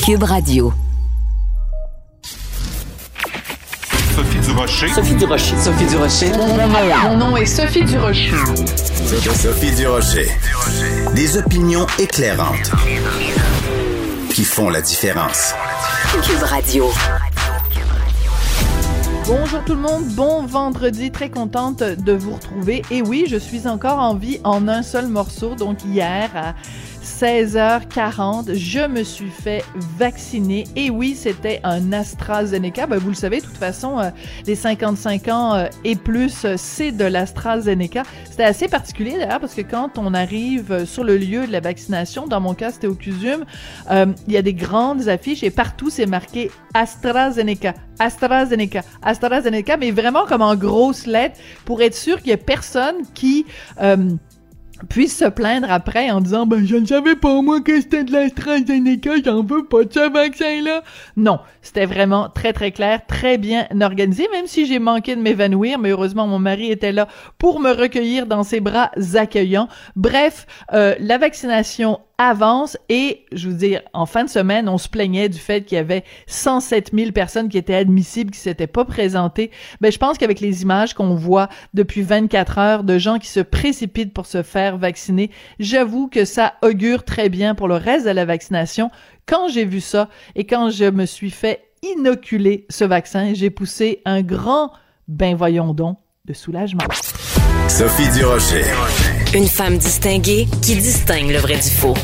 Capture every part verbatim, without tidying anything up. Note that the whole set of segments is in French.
Cube Radio. Sophie Durocher. Sophie Durocher. Sophie Durocher. Mon nom est Sophie Durocher. Sophie Durocher. Des opinions éclairantes qui font la différence. Cube Radio. Bonjour tout le monde, bon vendredi, très contente de vous retrouver. Et oui, je suis encore en vie en un seul morceau, donc hier à seize heures quarante, je me suis fait vacciner. Et oui, c'était un AstraZeneca. Ben, vous le savez, de toute façon, euh, les cinquante-cinq ans euh, et plus, euh, c'est de l'AstraZeneca. C'était assez particulier d'ailleurs parce que quand on arrive sur le lieu de la vaccination, dans mon cas, c'était au CUSUM, euh, il y a des grandes affiches et partout, c'est marqué AstraZeneca, AstraZeneca, AstraZeneca, mais vraiment comme en grosses lettres pour être sûr qu'il y ait personne qui... Euh, puisse se plaindre après en disant « Ben, je ne savais pas moi que c'était de l'AstraZeneca, j'en veux pas de ce vaccin-là. » Non, c'était vraiment très très clair, très bien organisé, même si j'ai manqué de m'évanouir, mais heureusement mon mari était là pour me recueillir dans ses bras accueillants. Bref, euh, la vaccination avance et, je veux dire, en fin de semaine, on se plaignait du fait qu'il y avait cent sept mille personnes qui étaient admissibles, qui s'étaient pas présentées. Ben, je pense qu'avec les images qu'on voit depuis vingt-quatre heures de gens qui se précipitent pour se faire vacciner, j'avoue que ça augure très bien pour le reste de la vaccination. Quand j'ai vu ça et quand je me suis fait inoculer ce vaccin, j'ai poussé un grand « ben voyons donc » de soulagement. Sophie Durocher. Une femme distinguée qui distingue le vrai du faux.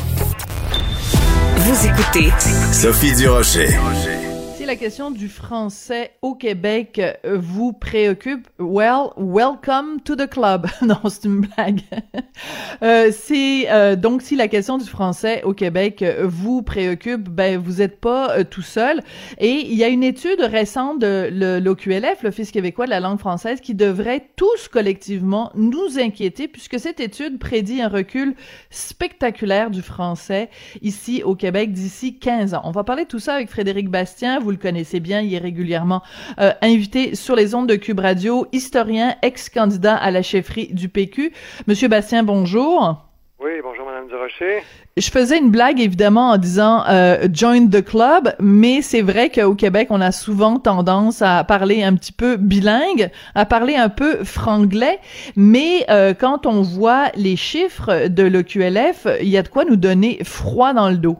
Vous écoutez Sophie Durocher. Si la question du français au Québec vous préoccupe, well, welcome to the club. Non, c'est une blague. euh, c'est euh, donc si la question du français au Québec vous préoccupe, ben vous êtes pas euh, tout seul. Et il y a une étude récente de l'O Q L F, l'Office québécois de la langue française, qui devrait tous collectivement nous inquiéter, puisque cette étude prédit un recul spectaculaire du français ici au Québec d'ici quinze ans. On va parler de tout ça avec Frédéric Bastien. Vous le connaissez bien, il est régulièrement euh, invité sur les ondes de Cube Radio, historien, ex-candidat à la chefferie du P Q. Monsieur Bastien, bonjour. Oui, bonjour Madame Durocher. Je faisais une blague évidemment en disant euh, « join the club », mais c'est vrai qu'au Québec, on a souvent tendance à parler un petit peu bilingue, à parler un peu franglais, mais euh, quand on voit les chiffres de l'O Q L F, il y a de quoi nous donner froid dans le dos.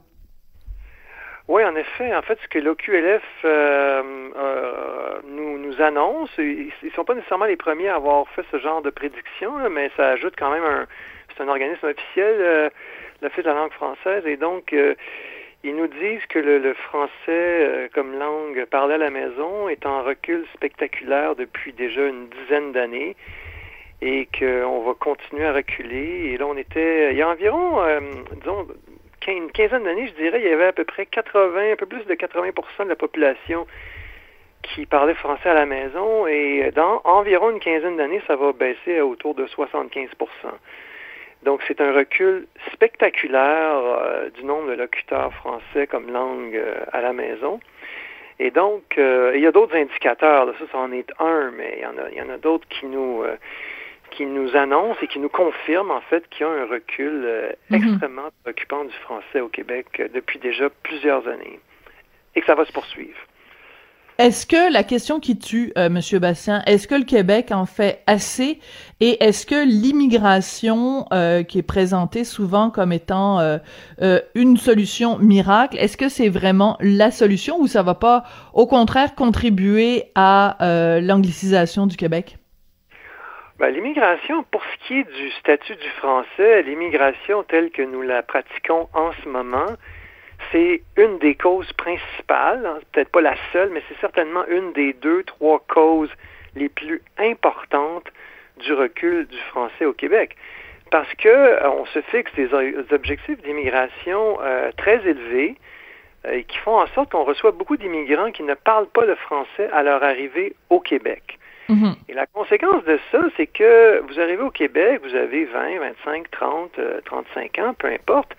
Oui, en effet. En fait, ce que l'O Q L F euh, euh, nous, nous annonce, ils ne sont pas nécessairement les premiers à avoir fait ce genre de prédiction, là, mais ça ajoute quand même un... C'est un organisme officiel, euh, l'Office de la langue française, et donc euh, ils nous disent que le, le français euh, comme langue parlée à la maison est en recul spectaculaire depuis déjà une dizaine d'années et qu'on va continuer à reculer. Et là, on était... Il y a environ, euh, disons... une quinzaine d'années, je dirais, il y avait à peu près quatre-vingts, un peu plus de quatre-vingts pour cent de la population qui parlait français à la maison, et dans environ une quinzaine d'années, ça va baisser à autour de soixante-quinze pour cent. Donc, c'est un recul spectaculaire euh, du nombre de locuteurs français comme langue euh, à la maison. Et donc, euh, il y a d'autres indicateurs, là, ça, ça en est un, mais il y en a, il y en a d'autres qui nous... Euh, qui nous annonce et qui nous confirme en fait qu'il y a un recul euh, mm-hmm. extrêmement préoccupant du français au Québec euh, depuis déjà plusieurs années et que ça va se poursuivre. Est-ce que la question qui tue, euh, Monsieur Bastien, est-ce que le Québec en fait assez et est-ce que l'immigration euh, qui est présentée souvent comme étant euh, euh, une solution miracle, est-ce que c'est vraiment la solution ou ça va pas au contraire contribuer à euh, l'anglicisation du Québec? Ben, l'immigration, pour ce qui est du statut du français, l'immigration telle que nous la pratiquons en ce moment, c'est une des causes principales, hein, peut-être pas la seule, mais c'est certainement une des deux, trois causes les plus importantes du recul du français au Québec. Parce que euh, on se fixe des objectifs d'immigration euh, très élevés euh, qui font en sorte qu'on reçoit beaucoup d'immigrants qui ne parlent pas le français à leur arrivée au Québec. Mm-hmm. Et la conséquence de ça, c'est que vous arrivez au Québec, vous avez vingt, vingt-cinq, trente, trente-cinq ans, peu importe.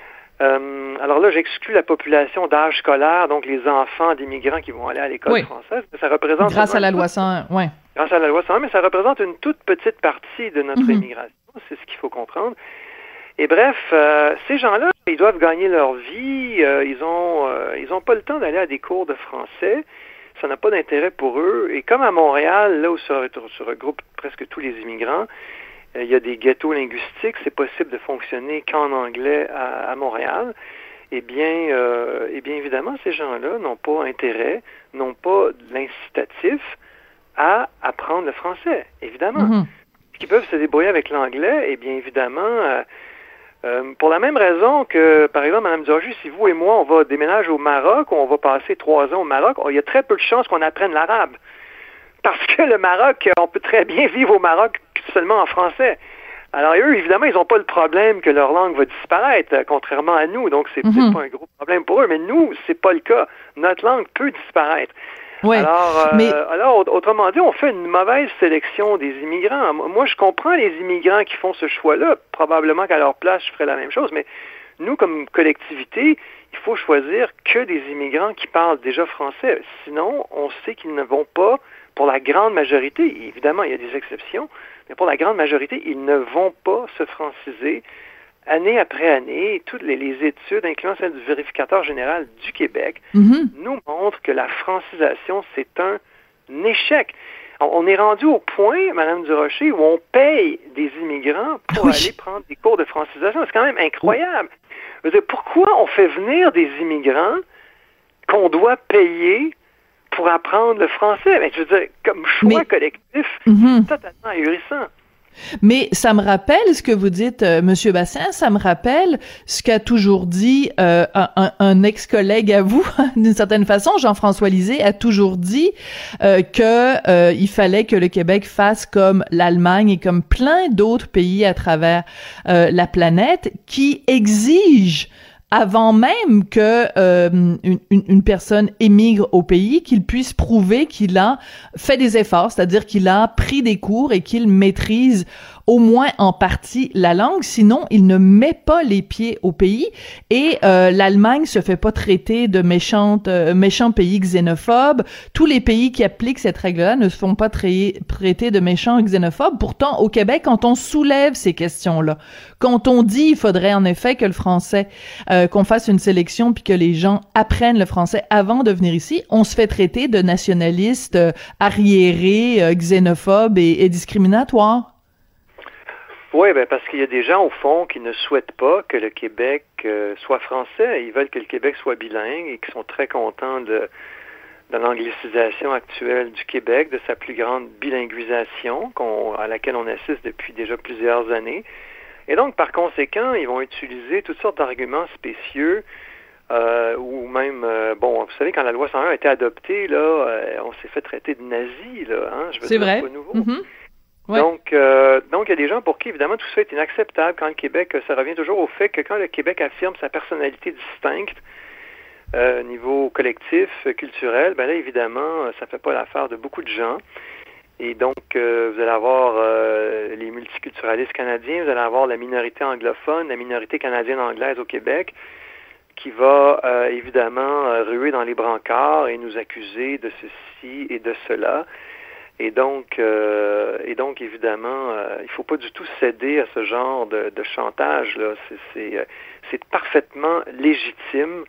Euh, alors là, j'exclus la population d'âge scolaire, donc les enfants d'immigrants qui vont aller à l'école oui. française. Ça représente grâce à la loi cent un, oui. Grâce à la loi cent un, mais ça représente une toute petite partie de notre mm-hmm. immigration, c'est ce qu'il faut comprendre. Et bref, euh, ces gens-là, ils doivent gagner leur vie, euh, ils ont euh, ils ont pas le temps d'aller à des cours de français, ça n'a pas d'intérêt pour eux. Et comme à Montréal, là où se, se regroupent presque tous les immigrants, euh, il y a des ghettos linguistiques, c'est possible de fonctionner qu'en anglais à, à Montréal. Eh bien, euh, eh bien, évidemment, ces gens-là n'ont pas intérêt, n'ont pas l'incitatif à apprendre le français, évidemment. Mm-hmm. Qui peuvent se débrouiller avec l'anglais, eh bien, évidemment, euh, euh, pour la même raison que, par exemple, Mme Durocher, si vous et moi, on va déménager au Maroc, ou on va passer trois ans au Maroc, il y a très peu de chances qu'on apprenne l'arabe. Parce que le Maroc, on peut très bien vivre au Maroc seulement en français. Alors, eux, évidemment, ils n'ont pas le problème que leur langue va disparaître, contrairement à nous. Donc, c'est mm-hmm. peut-être pas un gros problème pour eux. Mais nous, c'est pas le cas. Notre langue peut disparaître. Ouais, alors, euh, mais... alors, autrement dit, on fait une mauvaise sélection des immigrants. Moi, je comprends les immigrants qui font ce choix-là. Probablement qu'à leur place, je ferais la même chose. Mais nous, comme collectivité, il faut choisir que des immigrants qui parlent déjà français. Sinon, on sait qu'ils ne vont pas, pour la grande majorité, évidemment, il y a des exceptions, mais pour la grande majorité, ils ne vont pas se franciser année après année. Toutes les, les études, incluant celle du vérificateur général du Québec, mm-hmm. nous montrent que la francisation, c'est un échec. On, on est rendu au point, Mme Durocher, où on paye des immigrants pour oui. aller prendre des cours de francisation. C'est quand même incroyable. Je veux dire, pourquoi on fait venir des immigrants qu'on doit payer pour apprendre le français? Ben, je veux dire, comme choix Mais... collectif, mm-hmm. totalement ahurissant. Mais ça me rappelle ce que vous dites, euh, Monsieur Bassin, ça me rappelle ce qu'a toujours dit euh, un, un, un ex-collègue à vous, d'une certaine façon, Jean-François Lisée a toujours dit euh, que euh, il fallait que le Québec fasse comme l'Allemagne et comme plein d'autres pays à travers euh, la planète qui exigent avant même que euh, une, une personne émigre au pays, qu'il puisse prouver qu'il a fait des efforts, c'est-à-dire qu'il a pris des cours et qu'il maîtrise au moins en partie la langue, sinon il ne met pas les pieds au pays. Et euh, l'Allemagne se fait pas traiter de méchante, euh, méchant pays xénophobe. Tous les pays qui appliquent cette règle-là ne se font pas tra- traiter de méchants xénophobes. Pourtant, au Québec, quand on soulève ces questions-là, quand on dit il faudrait en effet que le français, euh, qu'on fasse une sélection puis que les gens apprennent le français avant de venir ici, on se fait traiter de nationalistes euh, arriérés, euh, xénophobes et, et discriminatoires. Oui, ben parce qu'il y a des gens, au fond, qui ne souhaitent pas que le Québec euh, soit français. Ils veulent que le Québec soit bilingue et qui sont très contents de, de l'anglicisation actuelle du Québec, de sa plus grande bilinguisation qu'on, à laquelle on assiste depuis déjà plusieurs années. Et donc, par conséquent, ils vont utiliser toutes sortes d'arguments spécieux euh, ou même, euh, bon, vous savez, quand la loi cent un a été adoptée, là, euh, on s'est fait traiter de nazis, là, hein, je veux C'est dire, vrai. c'est pas nouveau. Mm-hmm. Ouais. Donc, euh, donc, il y a des gens pour qui, évidemment, tout ça est inacceptable. Quand le Québec, ça revient toujours au fait que quand le Québec affirme sa personnalité distincte euh, au niveau collectif, culturel, ben là, évidemment, ça fait pas l'affaire de beaucoup de gens. Et donc, euh, vous allez avoir euh, les multiculturalistes canadiens, vous allez avoir la minorité anglophone, la minorité canadienne-anglaise au Québec, qui va euh, évidemment euh, ruer dans les brancards et nous accuser de ceci et de cela. Et donc, euh, et donc évidemment, euh, il ne faut pas du tout céder à ce genre de, de chantage-là. C'est, c'est, euh, c'est parfaitement légitime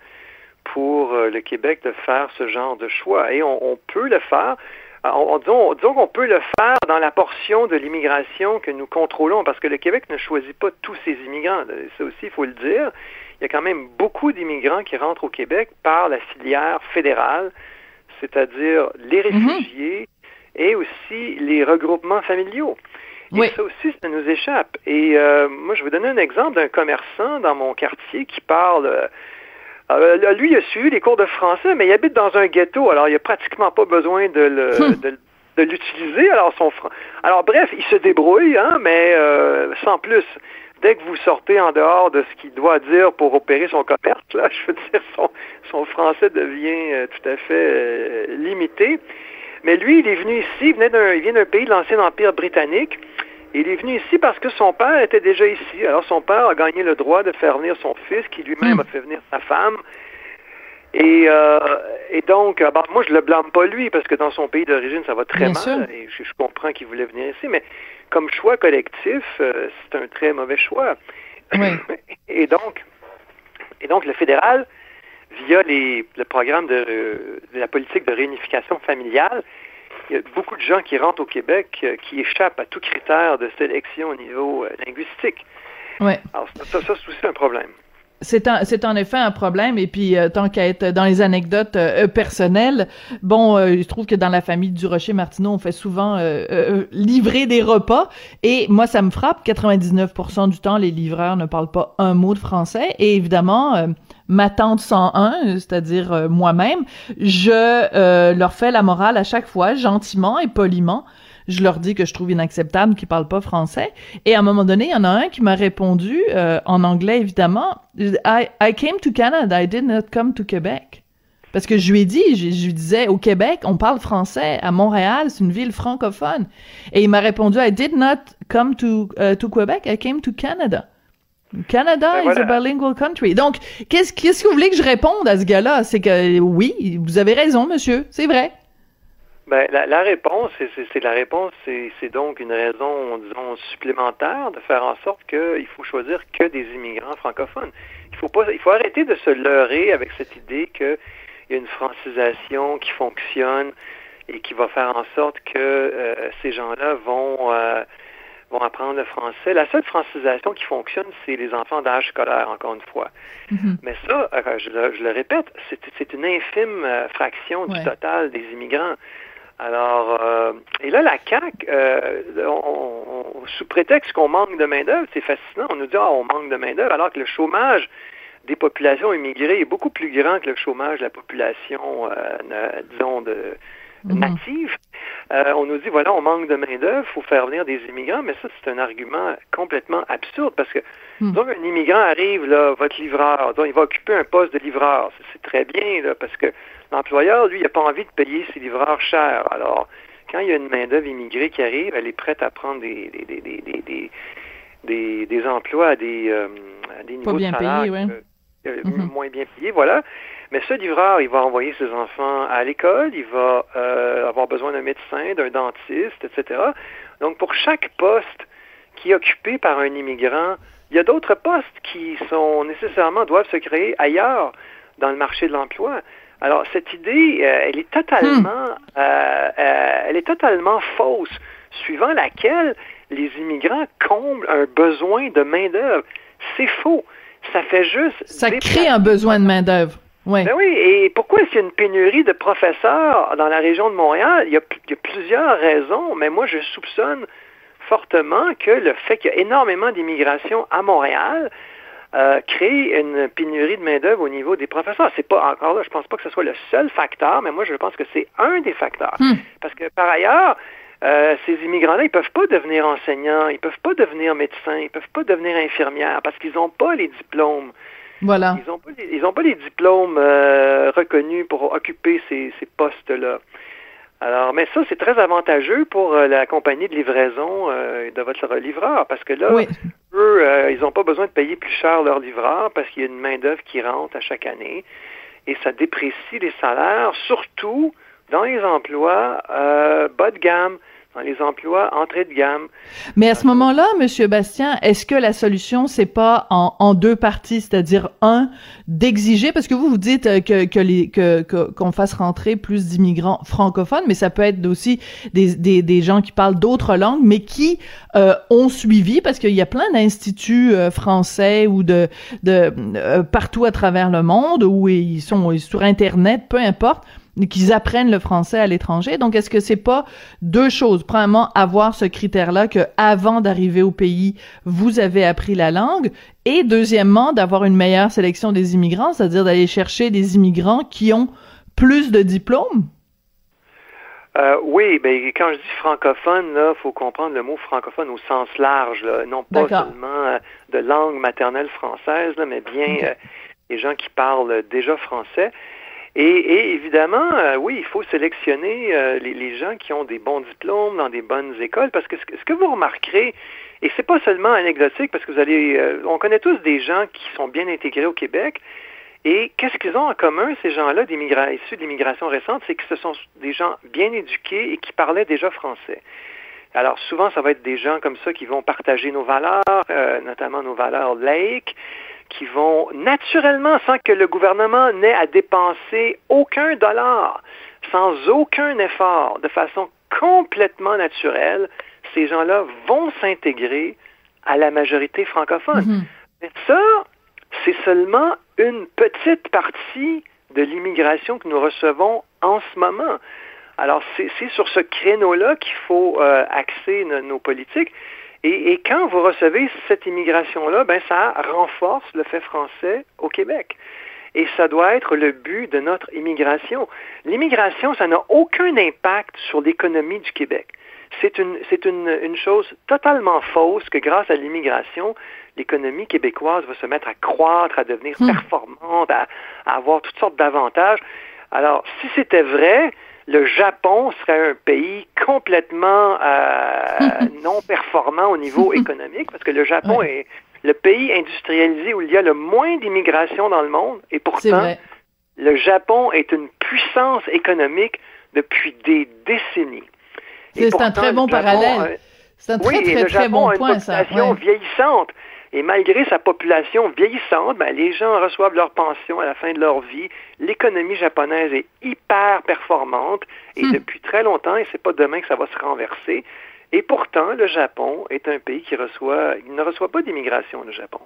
pour euh, le Québec de faire ce genre de choix. Et on, on peut le faire. On, on, disons, disons qu'on peut le faire dans la portion de l'immigration que nous contrôlons, parce que le Québec ne choisit pas tous ses immigrants. Ça aussi, il faut le dire. Il y a quand même beaucoup d'immigrants qui rentrent au Québec par la filière fédérale, c'est-à-dire les réfugiés, mm-hmm. et aussi les regroupements familiaux. Et oui. ça aussi, ça nous échappe. Et euh, moi, je vais vous donner un exemple d'un commerçant dans mon quartier qui parle... Euh, euh, lui, il a suivi les cours de français, mais il habite dans un ghetto, alors il n'a pratiquement pas besoin de, le, hum. de, de l'utiliser. Alors, son fran... alors, bref, il se débrouille, hein, mais euh, sans plus. Dès que vous sortez en dehors de ce qu'il doit dire pour opérer son commerce, là, je veux dire, son, son français devient euh, tout à fait euh, limité. Mais lui, il est venu ici, il, venait d'un, il vient d'un pays de l'ancien Empire britannique, et il est venu ici parce que son père était déjà ici. Alors son père a gagné le droit de faire venir son fils, qui lui-même mmh. a fait venir sa femme. Et, euh, et donc, bah, moi je le blâme pas lui, parce que dans son pays d'origine, ça va très Bien mal, sûr. et je, je comprends qu'il voulait venir ici, mais comme choix collectif, euh, c'est un très mauvais choix. Oui. Et donc, et donc le fédéral, via les, le programme de, de la politique de réunification familiale, il y a beaucoup de gens qui rentrent au Québec euh, qui échappent à tout critère de sélection au niveau euh, linguistique. Oui. Alors, ça, ça, ça, c'est aussi un problème. C'est, un, c'est en effet un problème, et puis euh, tant qu'à être dans les anecdotes euh, personnelles, bon, euh, je trouve que dans la famille Durocher-Martineau, on fait souvent euh, euh, livrer des repas, et moi ça me frappe, quatre-vingt-dix-neuf pour cent du temps, les livreurs ne parlent pas un mot de français, et évidemment, euh, ma tante cent un, c'est-à-dire euh, moi-même, je euh, leur fais la morale à chaque fois, gentiment et poliment. Je leur dis que je trouve inacceptable qu'ils parlent pas français. Et à un moment donné, il y en a un qui m'a répondu, euh, en anglais évidemment, I, I came to Canada, I did not come to Québec. Parce que je lui ai dit, je, je lui disais, au Québec, on parle français. À Montréal, c'est une ville francophone. Et il m'a répondu, I did not come to, uh, to Quebec, I came to Canada. Canada ben voilà. is a bilingual country. Donc, qu'est-ce, qu'est-ce que vous voulez que je réponde à ce gars-là? C'est que, oui, vous avez raison, monsieur, c'est vrai. Ben, la, la réponse, c'est, c'est, c'est la réponse, c'est, c'est donc une raison, disons, supplémentaire de faire en sorte qu'il faut choisir que des immigrants francophones. Il faut pas, il faut arrêter de se leurrer avec cette idée qu'il y a une francisation qui fonctionne et qui va faire en sorte que euh, ces gens-là vont euh, vont apprendre le français. La seule francisation qui fonctionne, c'est les enfants d'âge scolaire, encore une fois. Mm-hmm. Mais ça, euh, je, le, je le répète, c'est, c'est une infime euh, fraction du ouais. total des immigrants. Alors, euh, et là, la C A Q, euh, on, on, sous prétexte qu'on manque de main-d'œuvre, c'est fascinant, on nous dit, ah, on manque de main-d'œuvre, alors que le chômage des populations immigrées est beaucoup plus grand que le chômage de la population, euh, disons, de, mm-hmm. native. Euh, on nous dit, voilà, on manque de main-d'œuvre, il faut faire venir des immigrants, mais ça, c'est un argument complètement absurde, parce que, mm. donc, un immigrant arrive, là, votre livreur, donc, il va occuper un poste de livreur, c'est, c'est très bien, là, parce que l'employeur, lui, il n'a pas envie de payer ses livreurs chers. Alors, quand il y a une main-d'œuvre immigrée qui arrive, elle est prête à prendre des, des, des, des, des, des, des, des emplois à des, euh, à des niveaux bien de salaire payé, ouais. euh, mm-hmm. moins bien payés, voilà. Mais ce livreur, il va envoyer ses enfants à l'école, il va euh, avoir besoin d'un médecin, d'un dentiste, et cetera. Donc, pour chaque poste qui est occupé par un immigrant, il y a d'autres postes qui sont nécessairement doivent se créer ailleurs dans le marché de l'emploi. Alors, cette idée, euh, elle est totalement, hmm. euh, euh, elle est totalement fausse, suivant laquelle les immigrants comblent un besoin de main-d'œuvre. C'est faux. Ça fait juste... Ça crée un besoin de main-d'œuvre. Oui. Ben oui, et pourquoi est-ce qu'il y a une pénurie de professeurs dans la région de Montréal? Il y a, il y a plusieurs raisons, mais moi, je soupçonne fortement que le fait qu'il y a énormément d'immigration à Montréal Euh, créer une pénurie de main-d'œuvre au niveau des professeurs. C'est pas encore là, je pense pas que ce soit le seul facteur, mais moi je pense que c'est un des facteurs. Hmm. Parce que par ailleurs, euh, ces immigrants-là, ils peuvent pas devenir enseignants, ils peuvent pas devenir médecins, ils peuvent pas devenir infirmières parce qu'ils ont pas les diplômes. Voilà. Ils ont pas les, ils ont pas les diplômes euh, reconnus pour occuper ces, ces postes-là. Alors, mais ça, c'est très avantageux pour euh, la compagnie de livraison euh, de votre livreur, parce que là, oui. eux, euh, ils n'ont pas besoin de payer plus cher leur livreur parce qu'il y a une main-d'œuvre qui rentre à chaque année et ça déprécie les salaires, surtout dans les emplois euh, bas de gamme, dans les emplois entrée de gamme. Mais à ce moment-là, Monsieur Bastien, est-ce que la solution, c'est pas en, en deux parties, c'est-à-dire, un, d'exiger, parce que vous, vous dites que, que les, que, que, qu'on fasse rentrer plus d'immigrants francophones, mais ça peut être aussi des, des, des gens qui parlent d'autres langues, mais qui euh, ont suivi, parce qu'il y a plein d'instituts euh, français ou de, de euh, partout à travers le monde, où ils sont sur Internet, peu importe, qu'ils apprennent le français à l'étranger. Donc, est-ce que c'est pas deux choses? Premièrement, avoir ce critère-là que avant d'arriver au pays, vous avez appris la langue. Et deuxièmement, d'avoir une meilleure sélection des immigrants, c'est-à-dire d'aller chercher des immigrants qui ont plus de diplômes? Euh, oui, ben quand je dis francophone, là, faut comprendre le mot francophone au sens large, là, non pas D'accord. seulement euh, de langue maternelle française, là, mais bien okay. euh, les gens qui parlent déjà français. Et, et évidemment, euh, oui, il faut sélectionner euh, les, les gens qui ont des bons diplômes dans des bonnes écoles, parce que ce, ce que vous remarquerez, et c'est pas seulement anecdotique, parce que vous allez, euh, on connaît tous des gens qui sont bien intégrés au Québec, et qu'est-ce qu'ils ont en commun, ces gens-là, issus de l'immigration récente, c'est que ce sont des gens bien éduqués et qui parlaient déjà français. Alors souvent, ça va être des gens comme ça qui vont partager nos valeurs, euh, notamment nos valeurs laïques, qui vont naturellement, sans que le gouvernement n'ait à dépenser aucun dollar, sans aucun effort, de façon complètement naturelle, ces gens-là vont s'intégrer à la majorité francophone. Mm-hmm. Mais ça, c'est seulement une petite partie de l'immigration que nous recevons en ce moment. Alors, c'est, c'est sur ce créneau-là qu'il faut euh, axer no, nos politiques. Et, et quand vous recevez cette immigration-là, ben ça renforce le fait français au Québec. Et ça doit être le but de notre immigration. L'immigration, ça n'a aucun impact sur l'économie du Québec. C'est une, c'est une, une chose totalement fausse que grâce à l'immigration, l'économie québécoise va se mettre à croître, à devenir mmh. performante, à, à avoir toutes sortes d'avantages. Alors, si c'était vrai, le Japon serait un pays complètement euh, non performant au niveau économique, parce que le Japon ouais. est le pays industrialisé où il y a le moins d'immigration dans le monde, et pourtant, le Japon est une puissance économique depuis des décennies. Et c'est pourtant, un très bon Japon, parallèle. Euh, c'est un très, oui, très, le très Japon bon a une point, ça. population Ouais. vieillissante. Et malgré sa population vieillissante, ben, les gens reçoivent leur pension à la fin de leur vie. L'économie japonaise est hyper performante et hmm. depuis très longtemps, et c'est pas demain que ça va se renverser. Et pourtant, le Japon est un pays qui reçoit, il ne reçoit pas d'immigration, le Japon.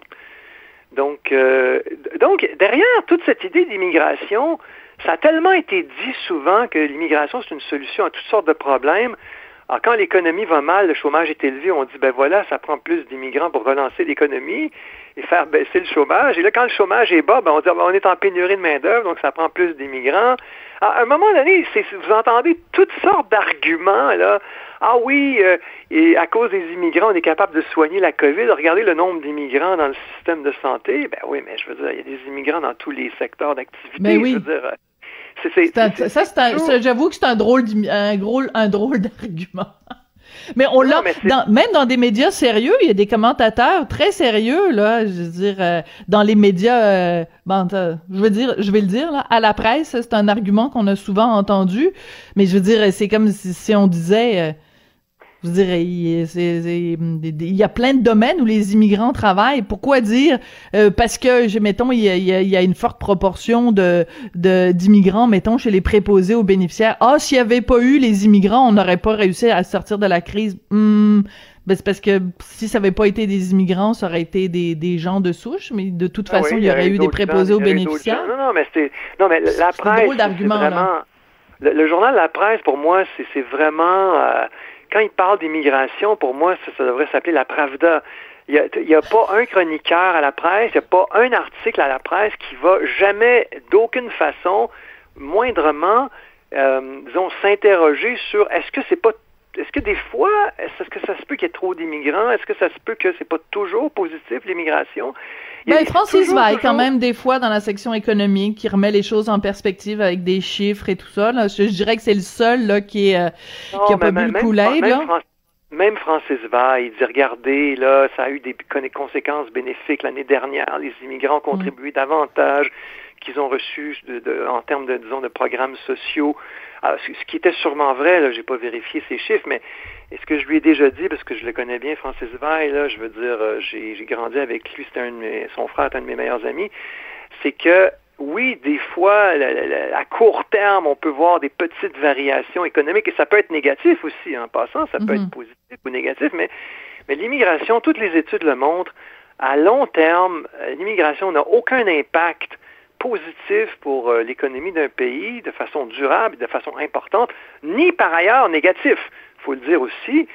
Donc, euh, donc derrière toute cette idée d'immigration, ça a tellement été dit souvent que l'immigration, c'est une solution à toutes sortes de problèmes. Alors, quand l'économie va mal, le chômage est élevé, on dit, ben voilà, ça prend plus d'immigrants pour relancer l'économie et faire baisser le chômage. Et là, quand le chômage est bas, ben on dit, ben, on est en pénurie de main-d'œuvre, donc ça prend plus d'immigrants. À un moment donné, c'est, vous entendez toutes sortes d'arguments, là. Ah oui, euh, et à cause des immigrants, on est capable de soigner la COVID. Regardez le nombre d'immigrants dans le système de santé. Ben oui, mais je veux dire, il y a des immigrants dans tous les secteurs d'activité. Mais oui. Je veux dire, C'est, c'est, c'est un, c'est, ça, c'est un, ça, j'avoue que c'est un drôle, un drôle, un drôle d'argument. Mais on non, l'a, mais dans, même dans des médias sérieux, il y a des commentateurs très sérieux, là, je veux dire, euh, dans les médias, euh, bon, je veux dire, je vais le dire, là, à la presse, c'est un argument qu'on a souvent entendu, mais je veux dire, c'est comme si, si on disait, euh, je veux dire, il, c'est, c'est, il y a plein de domaines où les immigrants travaillent. Pourquoi dire euh, parce que, je, mettons, il y, a, il y a une forte proportion de, de d'immigrants, mettons, chez les préposés aux bénéficiaires. Ah, s'il y avait pas eu les immigrants, on n'aurait pas réussi à sortir de la crise. Hum, ben c'est parce que si ça avait pas été des immigrants, ça aurait été des, des gens de souche, mais de toute ah façon, oui, il y aurait eu des préposés aux bénéficiaires. Non, non, mais c'est, non, mais la c'est presse, un drôle d'argument, c'est vraiment, le, le journal La Presse, pour moi, c'est, c'est vraiment. Euh, Quand il parle d'immigration, pour moi, ça, ça devrait s'appeler la Pravda. Il n'y a, a pas un chroniqueur à la presse, il n'y a pas un article à la presse qui va jamais, d'aucune façon, moindrement, euh, disons, s'interroger sur est-ce que c'est pas, est-ce que des fois, est-ce que ça se peut qu'il y ait trop d'immigrants? Est-ce que ça se peut que c'est pas toujours positif, l'immigration? Ben, Francis Veil, quand même, des fois, dans la section économique, qui remet les choses en perspective avec des chiffres et tout ça, là. Je, je dirais que c'est le seul, là, qui est, euh, non, qui a pas bu le Kool-Aid, là. Fran- même Francis Veil, il dit, regardez, là, ça a eu des conséquences bénéfiques l'année dernière. Les immigrants ont contribué mmh. davantage qu'ils ont reçu de, de, en termes de, disons, de programmes sociaux. Alors, ce, ce qui était sûrement vrai, là, j'ai pas vérifié ces chiffres, mais est-ce que je lui ai déjà dit, parce que je le connais bien, Francis Veil, là, je veux dire, euh, j'ai, j'ai grandi avec lui, c'était un de mes, son frère est un de mes meilleurs amis, c'est que, oui, des fois, la, la, la, à court terme, on peut voir des petites variations économiques, et ça peut être négatif aussi, en passant, ça peut mm-hmm. être positif ou négatif, mais, mais l'immigration, toutes les études le montrent, à long terme, l'immigration n'a aucun impact positif pour euh, l'économie d'un pays de façon durable, de façon importante, ni par ailleurs négatif. Il faut le dire aussi.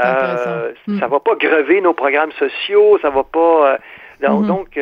Euh, mm. Ça va pas grever nos programmes sociaux, ça va pas. Euh, donc, mm-hmm. donc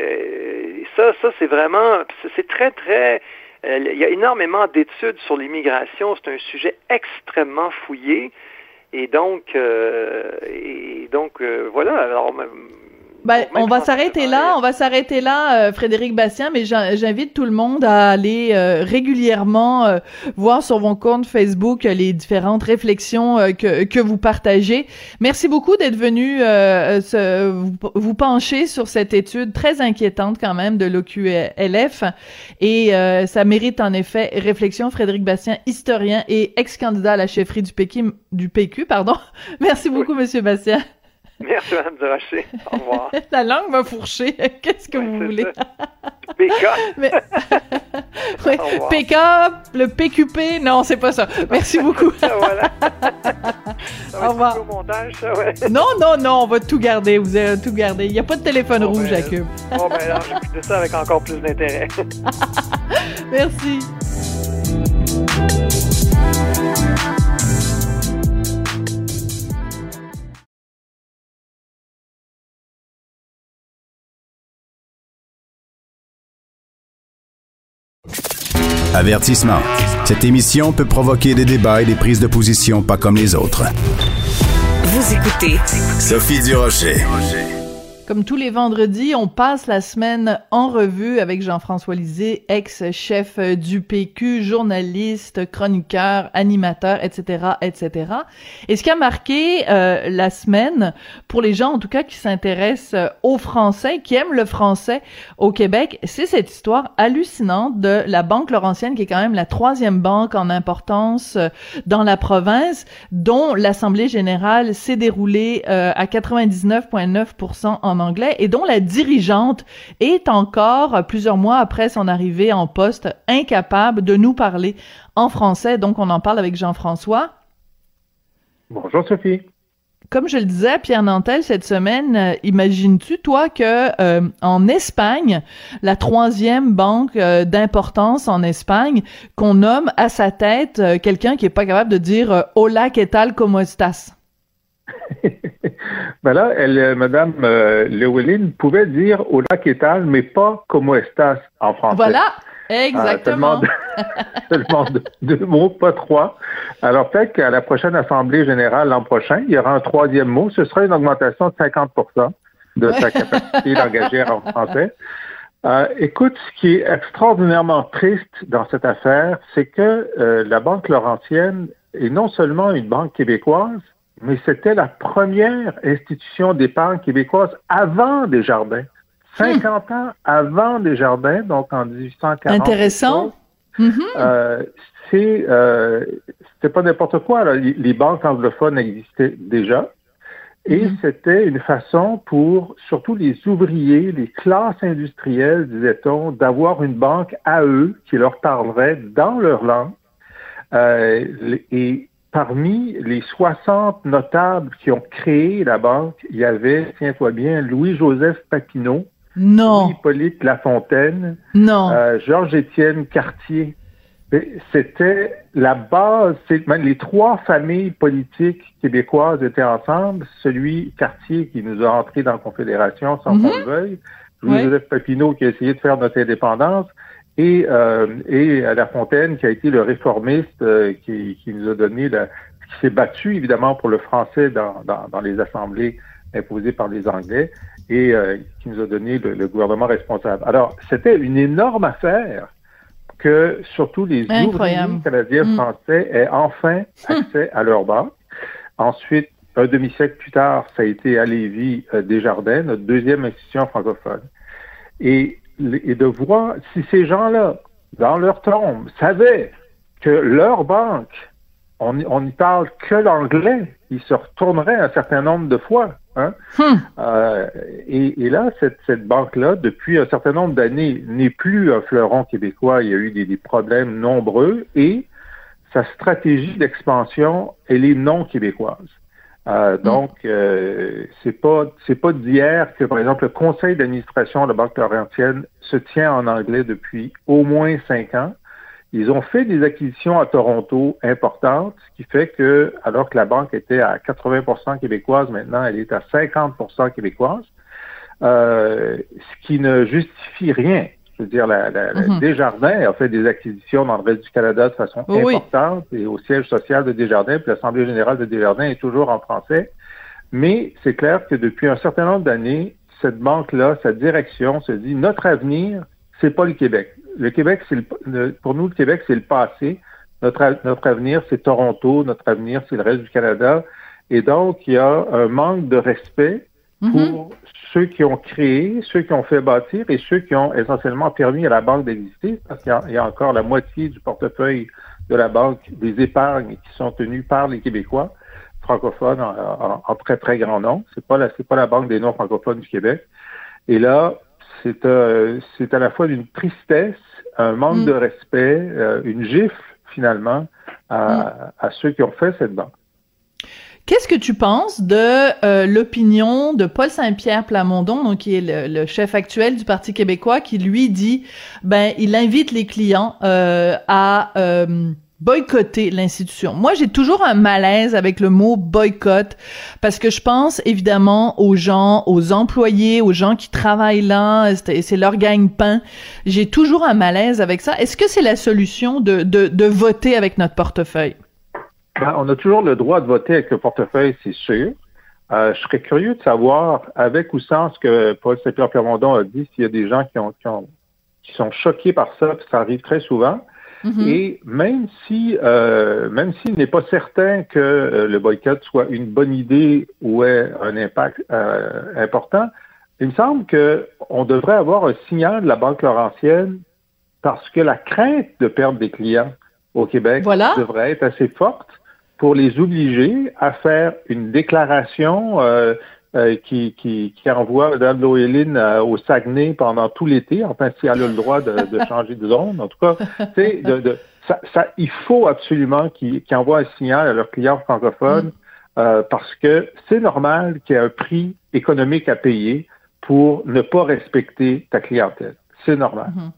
euh, ça, ça c'est vraiment, c'est très très. Euh, il y a énormément d'études sur l'immigration. C'est un sujet extrêmement fouillé, et donc, euh, et donc euh, voilà. Alors, Ben, on va s'arrêter là, on va s'arrêter là, euh, Frédéric Bastien, mais j'invite tout le monde à aller euh, régulièrement euh, voir sur vos comptes Facebook euh, les différentes réflexions euh, que que vous partagez. Merci beaucoup d'être venu euh, se, vous, vous pencher sur cette étude très inquiétante quand même de l'O Q L F, et euh, ça mérite en effet réflexion. Frédéric Bastien, historien et ex-candidat à la chefferie du P Q, du P Q, pardon. Merci beaucoup, oui. Monsieur Bastien. Merci, Mme Durocher. Au revoir. La langue m'a fourché. Qu'est-ce que oui, vous voulez? P K. Mais... oui. P K, le P Q P, non, c'est pas ça. Merci beaucoup. Ça, voilà. Ça va au revoir. Au montage, ça, ouais. Non, non, non, on va tout garder. Vous allez tout garder. Il n'y a pas de téléphone bon, rouge ben, à Cube. Bon, ben alors, j'écoute ça avec encore plus d'intérêt. Merci. Avertissement. Cette émission peut provoquer des débats et des prises de position pas comme les autres. Vous écoutez Sophie Durocher. Comme tous les vendredis, on passe la semaine en revue avec Jean-François Lisée, ex-chef du P Q, journaliste, chroniqueur, animateur, et cetera, et cetera. Et ce qui a marqué euh, la semaine, pour les gens en tout cas qui s'intéressent au français, qui aiment le français au Québec, c'est cette histoire hallucinante de la Banque Laurentienne, qui est quand même la troisième banque en importance dans la province, dont l'Assemblée générale s'est déroulée euh, à quatre-vingt-dix-neuf virgule neuf pour cent en anglais, et dont la dirigeante est encore, plusieurs mois après son arrivée en poste, incapable de nous parler en français. Donc, on en parle avec Jean-François. Bonjour, Sophie. Comme je le disais, Pierre Nantel, cette semaine, euh, imagines-tu, toi, que euh, en Espagne, la troisième banque euh, d'importance en Espagne, qu'on nomme à sa tête euh, quelqu'un qui est pas capable de dire euh, « Hola, ¿qué tal, cómo estás ?» Ben là, elle, euh, Madame euh, Llewellyn pouvait dire « Hola, ¿qué tal ?» mais pas « Como estás » en français. Voilà, exactement. Euh, seulement deux, deux mots, pas trois. Alors peut-être qu'à la prochaine Assemblée générale l'an prochain, il y aura un troisième mot. Ce sera une augmentation de cinquante pour cent de sa capacité d'engager en français. Euh, écoute, ce qui est extraordinairement triste dans cette affaire, c'est que euh, la Banque Laurentienne est non seulement une banque québécoise, mais c'était la première institution d'épargne québécoise avant Desjardins. cinquante hmm. ans avant Desjardins, donc en dix-huit cent quarante. Intéressant. Mm-hmm. Euh, c'est, euh, c'était pas n'importe quoi. Là. Les banques anglophones existaient déjà. Et mm-hmm. c'était une façon pour, surtout les ouvriers, les classes industrielles, disait-on, d'avoir une banque à eux qui leur parlerait dans leur langue. Euh, et parmi les soixante notables qui ont créé la banque, il y avait, tiens-toi bien, Louis-Joseph Papineau, non. Louis-Hippolyte Lafontaine, non. Euh, Georges-Étienne Cartier. C'était la base, c'est, les trois familles politiques québécoises étaient ensemble. Celui Cartier qui nous a entrés dans la Confédération sans mm-hmm. qu'on le veuille, Louis-Joseph oui. Papineau qui a essayé de faire notre indépendance, et euh, et Lafontaine qui a été le réformiste euh, qui, qui nous a donné, la, qui s'est battu évidemment pour le français dans, dans, dans les assemblées imposées par les Anglais, et euh, qui nous a donné le, le gouvernement responsable. Alors, c'était une énorme affaire que surtout les Incroyable. ouvriers canadiens mm. français aient enfin accès à leur banque. Ensuite, un demi-siècle plus tard, ça a été à Lévis euh, Desjardins, notre deuxième institution francophone. Et et de voir si ces gens-là, dans leur tombe, savaient que leur banque, on n'y parle que l'anglais, ils se retourneraient un certain nombre de fois. Hein? Hmm. Euh, et, et là, cette, cette banque-là, depuis un certain nombre d'années, n'est plus un fleuron québécois. Il y a eu des, des problèmes nombreux et sa stratégie d'expansion, elle est non québécoise. Euh, donc, euh, c'est pas c'est pas d'hier que, par exemple, le conseil d'administration de la Banque Laurentienne se tient en anglais depuis au moins cinq ans. Ils ont fait des acquisitions à Toronto importantes, ce qui fait que, alors que la banque était à quatre-vingts pour cent québécoise, maintenant elle est à cinquante pour cent québécoise, euh, ce qui ne justifie rien. Je veux dire, la, la, mm-hmm. la Desjardins a fait des acquisitions dans le reste du Canada de façon oui. importante, et au siège social de Desjardins, puis l'Assemblée générale de Desjardins est toujours en français. Mais c'est clair que depuis un certain nombre d'années, cette banque-là, sa direction se dit, notre avenir, c'est pas le Québec. Le Québec, c'est le, le, pour nous, le Québec, c'est le passé. Notre, notre avenir, c'est Toronto. Notre avenir, c'est le reste du Canada. Et donc, il y a un manque de respect pour mm-hmm. ceux qui ont créé, ceux qui ont fait bâtir et ceux qui ont essentiellement permis à la banque d'exister, parce qu'il y a, il y a encore la moitié du portefeuille de la banque, des épargnes qui sont tenues par les Québécois francophones en, en, en très, très grand nombre. C'est pas la, c'est pas la banque des non-francophones du Québec. Et là, c'est, euh, c'est à la fois d'une tristesse, un manque mm. de respect, euh, une gifle, finalement, à, mm. à ceux qui ont fait cette banque. Qu'est-ce que tu penses de euh, l'opinion de Paul Saint-Pierre Plamondon, donc qui est le, le chef actuel du Parti québécois, qui lui dit, ben, il invite les clients euh, à euh, boycotter l'institution. Moi, j'ai toujours un malaise avec le mot boycott parce que je pense évidemment aux gens, aux employés, aux gens qui travaillent là, c'est, c'est leur gagne-pain. J'ai toujours un malaise avec ça. Est-ce que c'est la solution de, de, de voter avec notre portefeuille? Ben, on a toujours le droit de voter avec le portefeuille, c'est sûr. Euh, je serais curieux de savoir, avec ou sans ce que Paul Saint-Pierre Plamondon a dit, s'il y a des gens qui, ont, qui, ont, qui sont choqués par ça, parce que ça arrive très souvent. Mm-hmm. Et même si, euh, même s'il n'est pas certain que euh, le boycott soit une bonne idée ou ait un impact euh, important, il me semble que on devrait avoir un signal de la Banque Laurentienne parce que la crainte de perdre des clients au Québec voilà. devrait être assez forte pour les obliger à faire une déclaration euh, euh, qui, qui, qui envoie Mme Loéline euh, au Saguenay pendant tout l'été, enfin si elle a le droit de, de changer de zone, en tout cas, de, de, ça, ça, il faut absolument qu'ils, qu'ils envoient un signal à leurs clients francophones mm. euh, parce que c'est normal qu'il y ait un prix économique à payer pour ne pas respecter ta clientèle. C'est normal. Mm-hmm.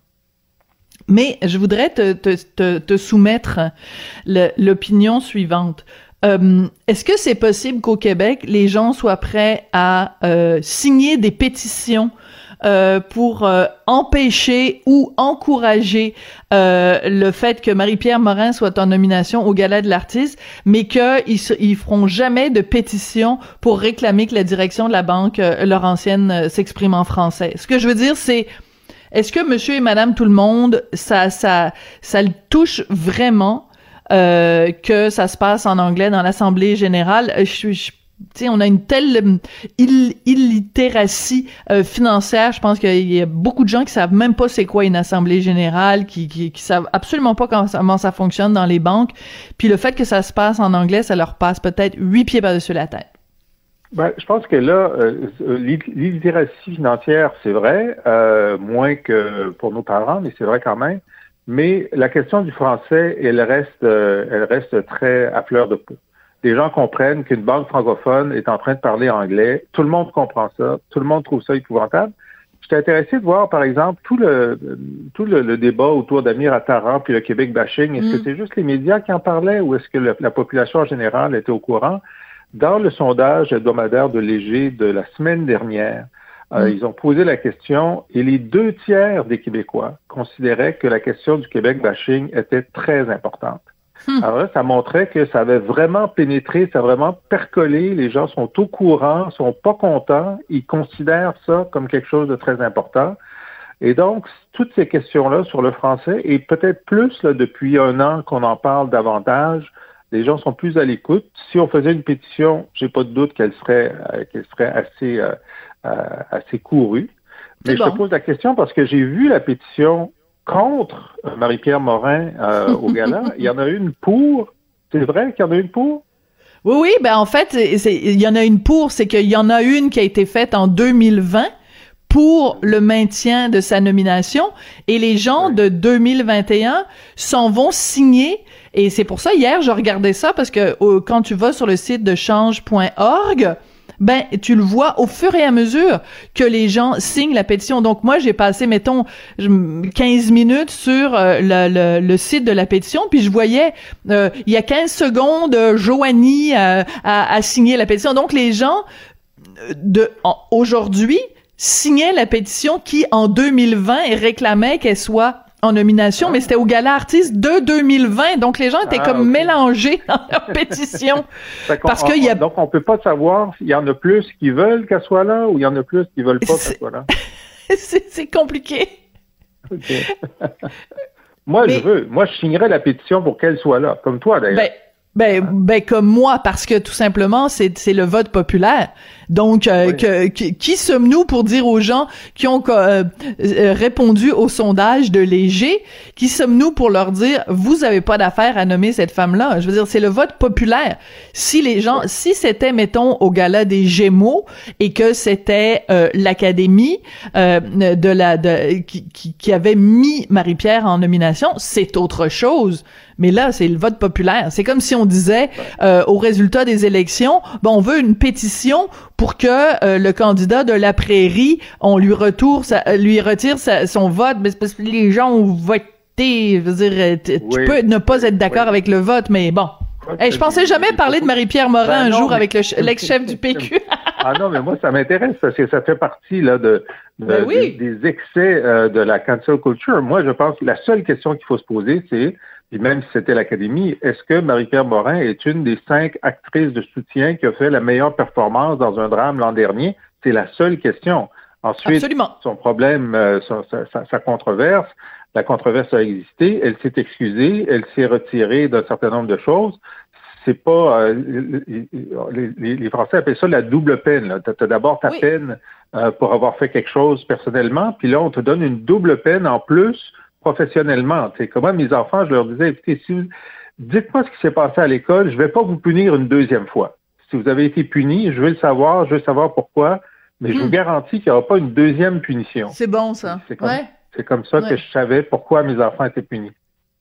Mais je voudrais te, te, te, te soumettre le, l'opinion suivante. Euh, est-ce que c'est possible qu'au Québec, les gens soient prêts à euh, signer des pétitions euh, pour euh, empêcher ou encourager euh, le fait que Marie-Pierre Morin soit en nomination au Gala de l'artiste, mais qu'ils ils feront jamais de pétition pour réclamer que la direction de la Banque euh, Laurentienne euh, s'exprime en français? Ce que je veux dire, c'est est-ce que monsieur et madame tout le monde, ça, ça, ça le touche vraiment euh, que ça se passe en anglais dans l'Assemblée générale? Je, je, tu sais, on a une telle ill, illittératie euh, financière. Je pense qu'il y a beaucoup de gens qui savent même pas c'est quoi une Assemblée générale, qui, qui, qui savent absolument pas comment, comment ça fonctionne dans les banques. Puis le fait que ça se passe en anglais, ça leur passe peut-être huit pieds par-dessus la tête. Ben, je pense que là, euh, l'illittératie financière, c'est vrai, euh, moins que pour nos parents, mais c'est vrai quand même. Mais la question du français, elle reste, euh, elle reste très à fleur de peau. Les gens comprennent qu'une banque francophone est en train de parler anglais. Tout le monde comprend ça. Tout le monde trouve ça épouvantable. J'étais intéressé de voir, par exemple, tout le tout le, le débat autour d'Amir Attaran puis le Québec bashing. Est-ce mm. que c'est juste les médias qui en parlaient ou est-ce que le, la population en général était au courant? Dans le sondage hebdomadaire de Léger de la semaine dernière, mmh. euh, ils ont posé la question et les deux tiers des Québécois considéraient que la question du Québec bashing était très importante. Mmh. Alors là, ça montrait que ça avait vraiment pénétré, ça a vraiment percolé, les gens sont au courant, sont pas contents, ils considèrent ça comme quelque chose de très important. Et donc, toutes ces questions-là sur le français, et peut-être plus là, depuis un an qu'on en parle davantage, les gens sont plus à l'écoute. Si on faisait une pétition, j'ai pas de doute qu'elle serait euh, qu'elle serait assez euh, euh, assez courue. Mais je te pose la question parce que j'ai vu la pétition contre euh, Marie-Pierre Morin euh, au Gala. Il y en a une pour. C'est vrai qu'il y en a une pour? Oui, oui. Ben en fait, c'est, il y en a une pour. C'est qu'il y en a une qui a été faite en deux mille vingt pour le maintien de sa nomination et les gens oui. de deux mille vingt et un s'en vont signer. Et c'est pour ça, hier, je regardais ça parce que euh, quand tu vas sur le site de change point org, ben, tu le vois au fur et à mesure que les gens signent la pétition. Donc, moi, j'ai passé, mettons, quinze minutes sur euh, le, le, le site de la pétition, puis je voyais, euh, il y a quinze secondes, euh, Joanie euh, a, a signé la pétition. Donc, les gens de en, aujourd'hui signaient la pétition qui, en deux mille vingt, réclamait qu'elle soit en nomination, mais c'était au Gala Artistes de deux mille vingt. Donc, les gens étaient ah, comme okay. mélangés dans leur pétition. parce qu'il y a... Donc, on peut pas savoir s'il y en a plus qui veulent qu'elle soit là ou il y en a plus qui veulent pas qu'elle soit là. c'est, c'est compliqué. Okay. Moi, mais... je veux. Moi, je signerais la pétition pour qu'elle soit là. Comme toi, d'ailleurs. Ben... Ben, ben comme moi, parce que tout simplement, c'est c'est le vote populaire. Donc, euh, oui. que, que, qui sommes-nous pour dire aux gens qui ont euh, euh, répondu au sondage de Léger, qui sommes-nous pour leur dire, vous avez pas d'affaire à nommer cette femme-là? Je veux dire, c'est le vote populaire. Si les gens, oui. si c'était, mettons, au gala des Gémeaux et que c'était euh, l'Académie euh, de la de qui, qui, qui avait mis Marie-Pierre en nomination, c'est autre chose. Mais là, c'est le vote populaire. C'est comme si on disait euh, au résultat des élections, ben on veut une pétition pour que euh, le candidat de la Prairie, on lui retourne, sa, lui retire sa, son vote, mais c'est parce que les gens ont voté. Je veux dire, t- oui. tu peux ne pas être d'accord oui. avec le vote, mais bon. Hey, je pensais jamais parler de Marie-Pierre Morin ben un non, jour mais... avec le ch- l'ex-chef du P Q. Ah non, mais moi, ça m'intéresse parce que ça fait partie là de, de ben oui. des, des excès euh, de la cancel culture. Moi, je pense que la seule question qu'il faut se poser, c'est puis même si c'était l'Académie, est-ce que Marie-Pierre Morin est une des cinq actrices de soutien qui a fait la meilleure performance dans un drame l'an dernier? C'est la seule question. Ensuite, Absolument. son problème, euh, sa, sa, sa controverse, la controverse a existé, elle s'est excusée, elle s'est retirée d'un certain nombre de choses. C'est pas... Euh, les, les, les Français appellent ça la double peine. Tu as d'abord ta oui. peine euh, pour avoir fait quelque chose personnellement, puis là, on te donne une double peine en plus professionnellement. Tu sais, comme moi, mes enfants, je leur disais, écoutez, si vous, dites-moi ce qui s'est passé à l'école, je vais pas vous punir une deuxième fois. Si vous avez été puni, je veux le savoir, je veux savoir pourquoi, mais mmh. je vous garantis qu'il n'y aura pas une deuxième punition. C'est bon, ça. C'est comme, ouais. c'est comme ça ouais. que je savais pourquoi mes enfants étaient punis.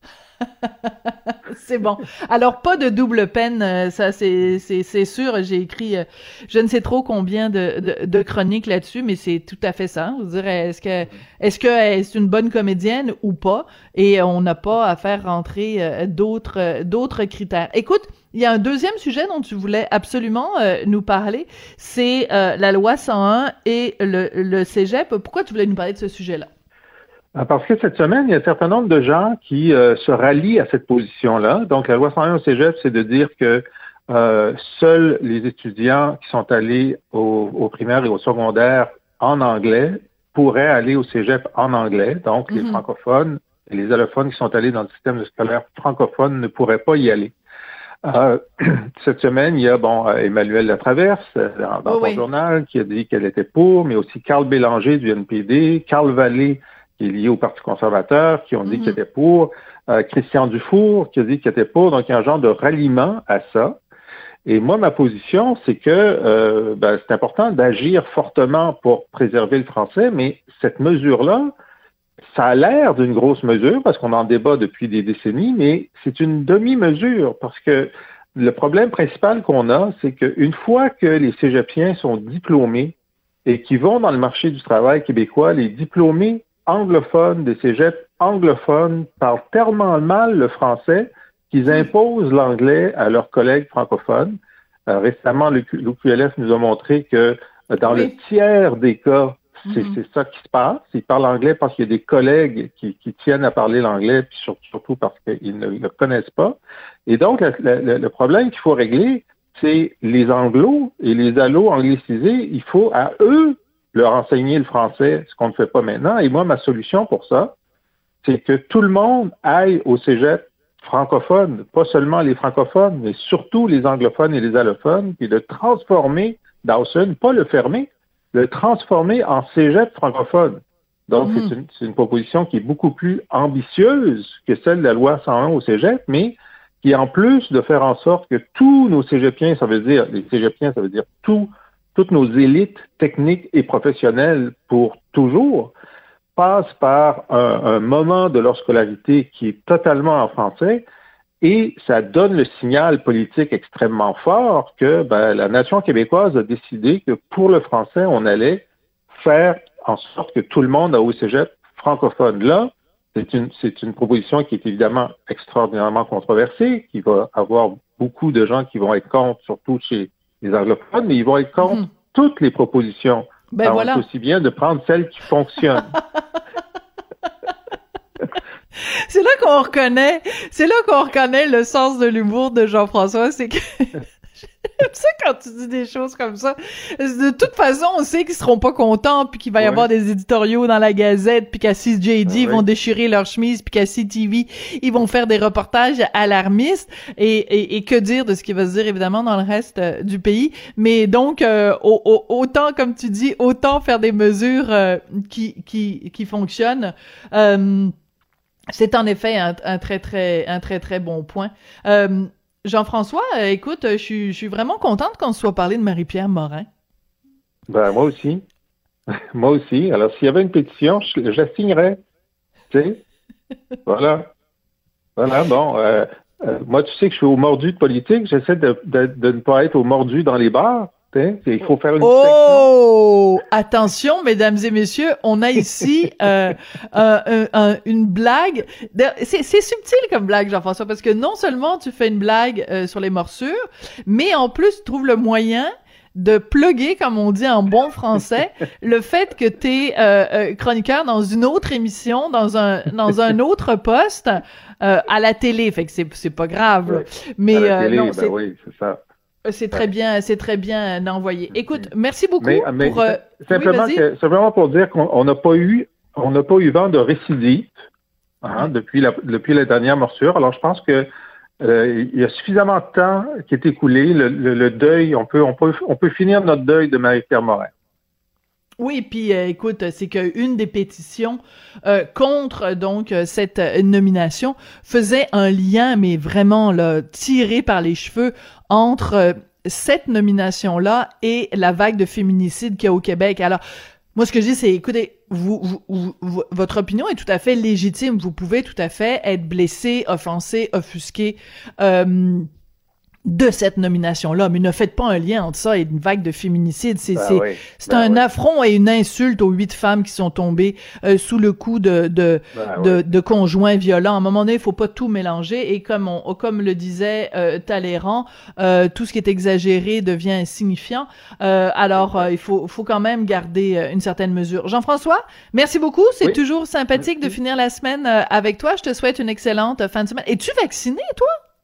C'est bon. Alors, pas de double peine, ça, c'est, c'est, c'est sûr. J'ai écrit, euh, je ne sais trop combien de, de, de chroniques là-dessus, mais c'est tout à fait ça. Je veux dire, est-ce que, est-ce que est une bonne comédienne ou pas? Et on n'a pas à faire rentrer euh, d'autres, euh, d'autres critères. Écoute, il y a un deuxième sujet dont tu voulais absolument euh, nous parler, c'est euh, la loi cent un et le, le cégep. Pourquoi tu voulais nous parler de ce sujet-là? Parce que cette semaine, il y a un certain nombre de gens qui euh, se rallient à cette position-là. Donc, la loi cent un au cégep, c'est de dire que euh, seuls les étudiants qui sont allés au, au primaire et au secondaire en anglais pourraient aller au cégep en anglais. Donc, mm-hmm. les francophones et les allophones qui sont allés dans le système scolaire francophone ne pourraient pas y aller. Euh, cette semaine, il y a bon Emmanuel Latraverse dans, dans oh, son oui. journal qui a dit qu'elle était pour, mais aussi Carl Bélanger du N P D, Carl Vallée qui est lié au Parti conservateur, qui ont dit mm-hmm. qu'il était pour, euh, Christian Dufour, qui a dit qu'il était pour, donc il y a un genre de ralliement à ça. Et moi, ma position, c'est que euh, ben, c'est important d'agir fortement pour préserver le français, mais cette mesure-là, ça a l'air d'une grosse mesure, parce qu'on en débat depuis des décennies, mais c'est une demi-mesure, parce que le problème principal qu'on a, c'est qu'une fois que les cégepiens sont diplômés et qui vont dans le marché du travail québécois, les diplômés anglophones, des cégeps anglophones parlent tellement mal le français qu'ils imposent l'anglais à leurs collègues francophones. Euh, récemment, l'O Q L F nous a montré que euh, dans oui. le tiers des cas, c'est, mm-hmm. c'est ça qui se passe. Ils parlent anglais parce qu'il y a des collègues qui, qui tiennent à parler l'anglais, puis surtout parce qu'ils ne le connaissent pas. Et donc, le, le, le problème qu'il faut régler, c'est les anglos et les allos anglicisés. Il faut à eux leur enseigner le français, ce qu'on ne fait pas maintenant. Et moi, ma solution pour ça, c'est que tout le monde aille au cégep francophone, pas seulement les francophones, mais surtout les anglophones et les allophones, puis de transformer Dawson, pas le fermer, le transformer en cégep francophone. Donc, mmh. c'est, une, c'est une proposition qui est beaucoup plus ambitieuse que celle de la loi cent un au cégep, mais qui, en plus de faire en sorte que tous nos cégepiens, ça veut dire, les cégepiens, ça veut dire tous, toutes nos élites techniques et professionnelles pour toujours, passent par un, un moment de leur scolarité qui est totalement en français, et ça donne le signal politique extrêmement fort que ben, la nation québécoise a décidé que pour le français, on allait faire en sorte que tout le monde a au cégep francophone. Là, c'est une, c'est une proposition qui est évidemment extraordinairement controversée, qui va avoir beaucoup de gens qui vont être contre, surtout chez les anglophones, mais ils vont être contre mmh. toutes les propositions. Ben Alors, voilà. c'est aussi bien de prendre celles qui fonctionnent. C'est là qu'on reconnaît, c'est là qu'on reconnaît le sens de l'humour de Jean-François, c'est que j'aime ça quand tu dis des choses comme ça. De toute façon, on sait qu'ils seront pas contents, puis qu'il va y ouais. avoir des éditoriaux dans la Gazette, puis qu'à C J D, ah, ils vont ouais. déchirer leur chemise, puis qu'à C T V, ils vont faire des reportages alarmistes, et, et, et que dire de ce qui va se dire, évidemment, dans le reste euh, du pays. Mais donc, euh, au, au, autant, comme tu dis, autant faire des mesures euh, qui, qui, qui fonctionnent. Euh, c'est en effet un, un très, très, un très, très bon point. Euh, Jean-François, euh, écoute, je suis, je suis vraiment contente qu'on se soit parlé de Marie-Pierre Morin. Ben, moi aussi. moi aussi. Alors, s'il y avait une pétition, je, je la signerais. Tu sais? Voilà. Voilà, bon. Euh, euh, moi, tu sais que je suis au mordu de politique. J'essaie de, de, de ne pas être au mordu dans les bars. Il faut faire une Oh! Attention, mesdames et messieurs, on a ici euh, un, un, un, une blague. C'est, c'est subtil comme blague, Jean-François, parce que non seulement tu fais une blague euh, sur les morsures, mais en plus tu trouves le moyen de plugger, comme on dit en bon français, le fait que t'es euh, euh, chroniqueur dans une autre émission, dans un dans un autre poste euh, à la télé. Fait que c'est c'est pas grave. Ouais. Mais à la euh, télé, non, ben c'est oui, c'est ça. C'est très bien, c'est très bien envoyé. Écoute, merci beaucoup mais, mais pour. Euh... Simplement, oui, que, simplement pour dire qu'on n'a pas eu, on n'a pas eu vent de récidive hein, ouais. depuis la depuis la dernière morsure. Alors, je pense que euh, il y a suffisamment de temps qui est écoulé. Le, le, le deuil, on peut, on peut, on peut finir notre deuil de Marie-Pierre Morin. Oui, puis euh, écoute, c'est qu'une des pétitions euh, contre donc cette euh, nomination faisait un lien, mais vraiment là tiré par les cheveux entre euh, cette nomination-là et la vague de féminicide qu'il y a au Québec. Alors, moi, ce que je dis, c'est, écoutez, vous, vous, vous, votre opinion est tout à fait légitime. Vous pouvez tout à fait être blessé, offensé, offusqué. Euh, de cette nomination-là, mais ne faites pas un lien entre ça et une vague de féminicide. C'est, ben c'est, oui, c'est ben un oui. affront et une insulte aux huit femmes qui sont tombées euh, sous le coup de de, ben de, oui. de conjoints violents. À un moment donné, il faut pas tout mélanger et comme on, comme le disait euh, Talleyrand, euh, tout ce qui est exagéré devient insignifiant. Euh, alors, euh, il faut, faut quand même garder euh, une certaine mesure. Jean-François, merci beaucoup. C'est oui. toujours sympathique merci. de finir la semaine euh, avec toi. Je te souhaite une excellente fin de semaine. Es-tu vacciné, toi?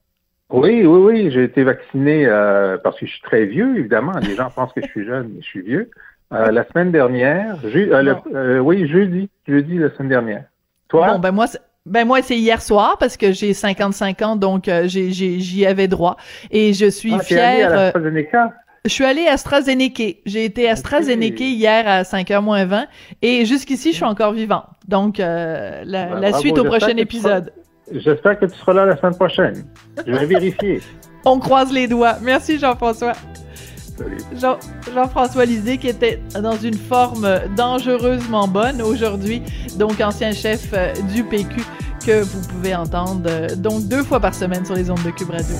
Oui, oui, oui, j'ai été vacciné euh, parce que je suis très vieux, évidemment. Les gens pensent que je suis jeune, mais je suis vieux. Euh, la semaine dernière, je, euh, le, euh, oui, jeudi, jeudi la semaine dernière. Toi? Bon, ben moi, c'est, ben moi, c'est hier soir parce que j'ai cinquante-cinq ans, donc euh, j'ai, j'ai, j'y avais droit. Et je suis ah, fière. T'es allé à l'AstraZeneca? Je suis allée à AstraZeneca. J'ai été AstraZeneca okay. hier à cinq heures moins vingt et jusqu'ici, je suis encore vivante. Donc, euh, la, ben, la bravo, suite au prochain épisode. J'espère que tu seras là la semaine prochaine. Je vais vérifier. On croise les doigts. Merci Jean-François. Salut. Jean, Jean-François Lisée qui était dans une forme dangereusement bonne aujourd'hui, donc ancien chef du P Q que vous pouvez entendre donc deux fois par semaine sur les ondes de Cube Radio.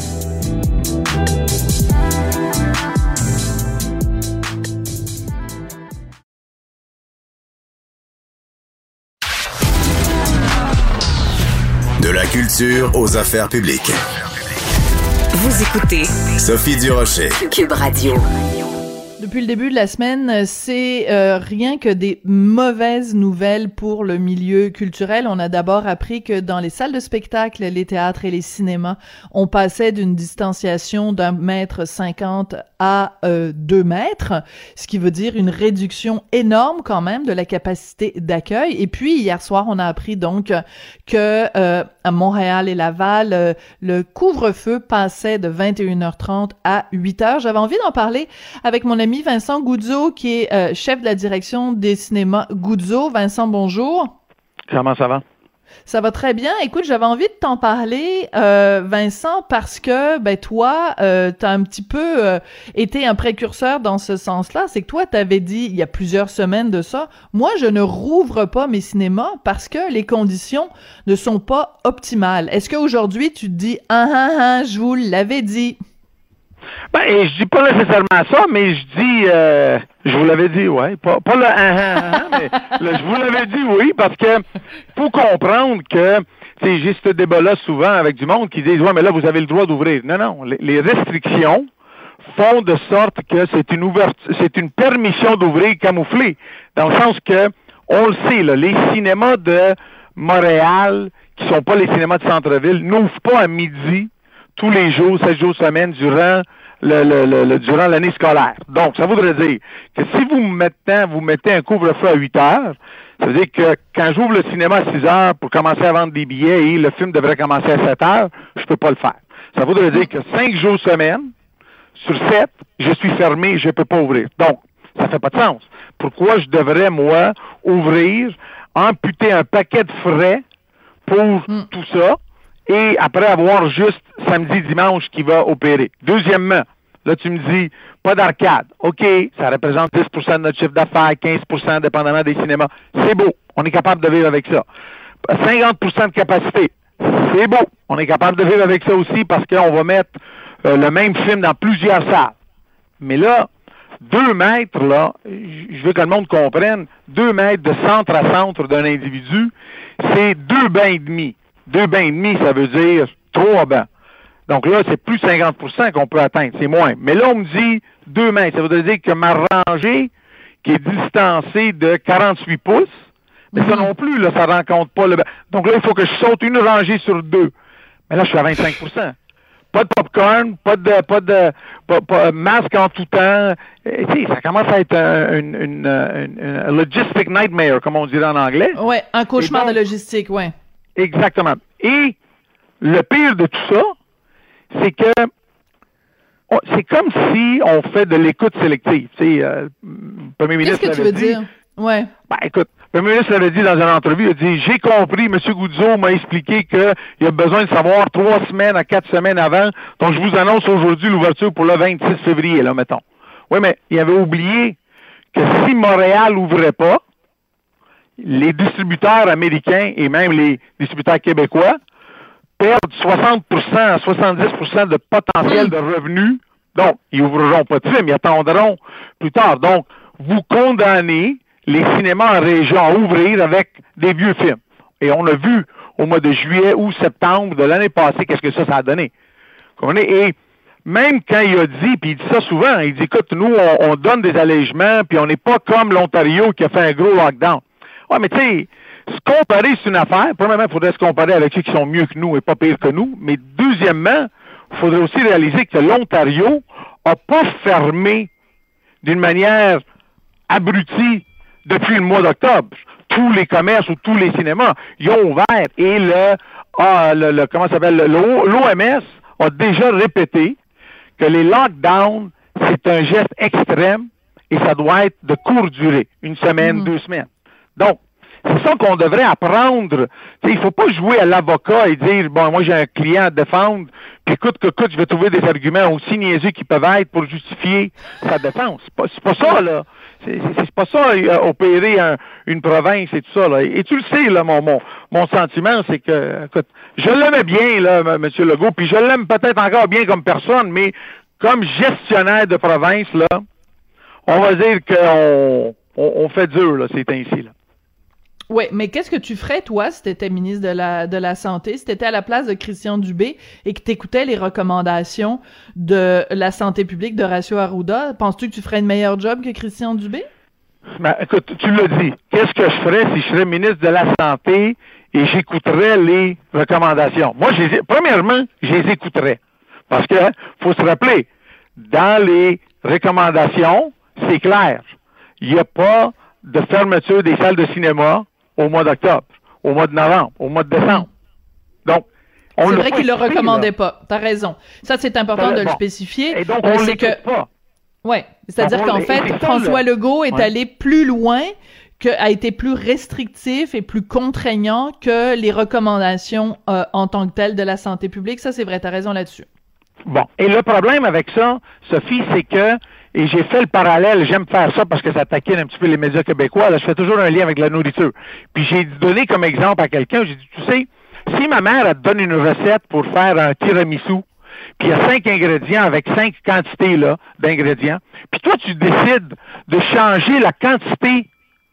De la culture aux affaires publiques. Vous écoutez Sophie Durocher, Cube Radio. Depuis le début de la semaine, c'est euh, rien que des mauvaises nouvelles pour le milieu culturel. On a d'abord appris que dans les salles de spectacle, les théâtres et les cinémas, on passait d'une distanciation d'un mètre cinquante à euh, deux mètres, ce qui veut dire une réduction énorme quand même de la capacité d'accueil. Et puis hier soir, on a appris donc que euh, à Montréal et Laval, euh, le couvre-feu passait de vingt et une heures trente à huit heures. J'avais envie d'en parler avec mon ami Vincent Goudzo, qui est euh, chef de la direction des cinémas Goudzo. Vincent, bonjour. Comment ça va? Ça va très bien. Écoute, j'avais envie de t'en parler, euh, Vincent, parce que, ben, toi, euh, t'as un petit peu euh, été un précurseur dans ce sens-là. C'est que toi, t'avais dit, il y a plusieurs semaines de ça, moi, je ne rouvre pas mes cinémas parce que les conditions ne sont pas optimales. Est-ce qu'aujourd'hui, tu te dis, ah, ah, ah, je vous l'avais dit? Ben, je dis pas nécessairement ça, mais je dis, euh, je vous l'avais dit, ouais, pas, pas le ah, ah, ah, mais le, je vous l'avais dit, oui, parce que faut comprendre que, tu sais, j'ai ce débat-là souvent avec du monde qui disent, ouais, mais là, vous avez le droit d'ouvrir. Non, non, les, les restrictions font de sorte que c'est une ouverture, c'est une permission d'ouvrir camouflée, dans le sens que, on le sait, là, les cinémas de Montréal, qui sont pas les cinémas de centre-ville, n'ouvrent pas à midi tous les jours, sept jours semaine, durant le, le, le, le durant l'année scolaire. Donc, ça voudrait dire que si vous mettez, vous mettez un couvre-feu à huit heures, ça veut dire que quand j'ouvre le cinéma à six heures pour commencer à vendre des billets et le film devrait commencer à sept heures, je peux pas le faire. Ça voudrait dire que cinq jours semaine, sur sept, je suis fermé, je peux pas ouvrir. Donc, ça fait pas de sens. Pourquoi je devrais, moi, ouvrir, amputer un paquet de frais pour mm. tout ça, et après avoir juste samedi, dimanche qui va opérer. Deuxièmement, là, tu me dis, pas d'arcade. OK, ça représente dix pour cent de notre chiffre d'affaires, quinze pour cent dépendamment des cinémas. C'est beau. On est capable de vivre avec ça. cinquante pour cent de capacité. C'est beau. On est capable de vivre avec ça aussi parce qu'on va mettre euh, le même film dans plusieurs salles. Mais là, deux mètres, là, je veux que le monde comprenne, deux mètres de centre à centre d'un individu, c'est deux bains et demi. Deux bains et demi, ça veut dire trois bancs. Donc là, c'est plus cinquante pour cent qu'on peut atteindre, c'est moins. Mais là, on me dit deux mètres, ça veut dire que ma rangée, qui est distancée de quarante-huit pouces, mais mm-hmm. ça non plus, là, ça rencontre pas le... Donc là, il faut que je saute une rangée sur deux. Mais là, je suis à vingt-cinq pour cent. Pas de popcorn, pas de pas de pas, pas, masque en tout temps. Et, tu sais, ça commence à être un, une, une, une, une logistic nightmare, comme on dirait en anglais. Oui, un cauchemar donc, de logistique, oui. Exactement. Et le pire de tout ça, c'est que on, c'est comme si on fait de l'écoute sélective. Tu sais, euh, le premier ministre Qu'est-ce que tu veux dit, dire? Ouais. Ben, écoute, le premier ministre l'avait dit dans une entrevue, il a dit, j'ai compris, M. Guzzo m'a expliqué qu'il a besoin de savoir trois semaines à quatre semaines avant, donc je vous annonce aujourd'hui l'ouverture pour le vingt-six février, là, mettons. Oui, mais il avait oublié que si Montréal n'ouvrait pas, les distributeurs américains et même les distributeurs québécois perdent soixante pour cent à soixante-dix pour cent de potentiel de revenus. Donc, ils n'ouvriront pas de film, ils attendront plus tard. Donc, vous condamnez les cinémas en région à ouvrir avec des vieux films. Et on a vu au mois de juillet ou septembre de l'année passée qu'est-ce que ça, ça a donné. Et même quand il a dit, puis il dit ça souvent, il dit, écoute, nous, on, on donne des allègements, puis on n'est pas comme l'Ontario qui a fait un gros lockdown. Ouais, mais tu sais, se comparer, c'est une affaire. Premièrement, il faudrait se comparer avec ceux qui sont mieux que nous et pas pire que nous. Mais deuxièmement, il faudrait aussi réaliser que l'Ontario n'a pas fermé d'une manière abrutie depuis le mois d'octobre. Tous les commerces ou tous les cinémas, ils ont ouvert. Et le, ah, le, le comment ça s'appelle, l'O M S a déjà répété que les lockdowns, c'est un geste extrême et ça doit être de courte durée. Une semaine, mmh. deux semaines. Donc, c'est ça qu'on devrait apprendre. T'sais, il ne faut pas jouer à l'avocat et dire, bon, moi j'ai un client à défendre, puis écoute, que, écoute, je vais trouver des arguments aussi niaiseux qu'ils peuvent être pour justifier sa défense. C'est pas, c'est pas ça, là. C'est, c'est, c'est pas ça, euh, opérer un, une province et tout ça, là. Et, et tu le sais, là, mon, mon, mon sentiment, c'est que, écoute, je l'aimais bien, là, M. Legault, puis je l'aime peut-être encore bien comme personne, mais comme gestionnaire de province, là, on va dire qu'on on, on fait dur, là, c'est ainsi, là. Oui, mais qu'est-ce que tu ferais, toi, si tu étais ministre de la, de la Santé, si tu étais à la place de Christian Dubé et que tu écoutais les recommandations de la santé publique d'Horacio Arruda? Penses-tu que tu ferais une meilleure job que Christian Dubé? Ben, écoute, tu l'as dit. Qu'est-ce que je ferais si je serais ministre de la Santé et j'écouterais les recommandations? Moi, je les, premièrement, je les écouterais. Parce que, faut se rappeler, dans les recommandations, c'est clair. Il n'y a pas de fermeture des salles de cinéma au mois d'octobre, au mois de novembre, au mois de décembre. Donc, on c'est vrai qu'il le recommandait là. Pas. T'as raison. Ça, c'est important de bon. le spécifier. Et donc, on c'est l'écoute que... pas. Ouais. C'est-à-dire donc, qu'en fait, François là. Legault est ouais. allé plus loin, que, a été plus restrictif et plus contraignant que les recommandations euh, en tant que telles de la santé publique. Ça, c'est vrai. T'as raison là-dessus. Bon. Et le problème avec ça, Sophie, c'est que et j'ai fait le parallèle, j'aime faire ça parce que ça taquine un petit peu les médias québécois, là, je fais toujours un lien avec la nourriture. Puis j'ai donné comme exemple à quelqu'un, j'ai dit, tu sais, si ma mère, elle te donne une recette pour faire un tiramisu, puis il y a cinq ingrédients avec cinq quantités là d'ingrédients, puis toi, tu décides de changer la quantité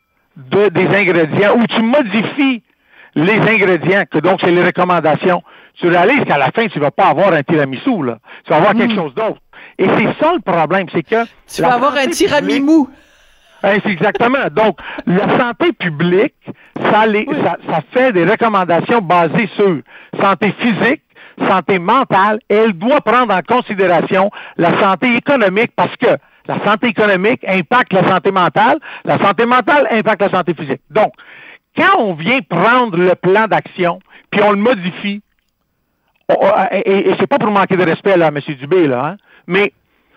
de, des ingrédients, ou tu modifies les ingrédients, que donc c'est les recommandations, tu réalises qu'à la fin, tu vas pas avoir un tiramisu, là. Tu vas avoir mmh. quelque chose d'autre. Et c'est ça le problème, c'est que... Tu vas avoir un tiramimou. Hein, c'est exactement. Donc, la santé publique, ça, les, oui. ça, ça fait des recommandations basées sur santé physique, santé mentale, et elle doit prendre en considération la santé économique parce que la santé économique impacte la santé mentale, la santé mentale impacte la santé physique. Donc, quand on vient prendre le plan d'action, puis on le modifie, on, et, et, et c'est pas pour manquer de respect là, M. Dubé, là, hein, mais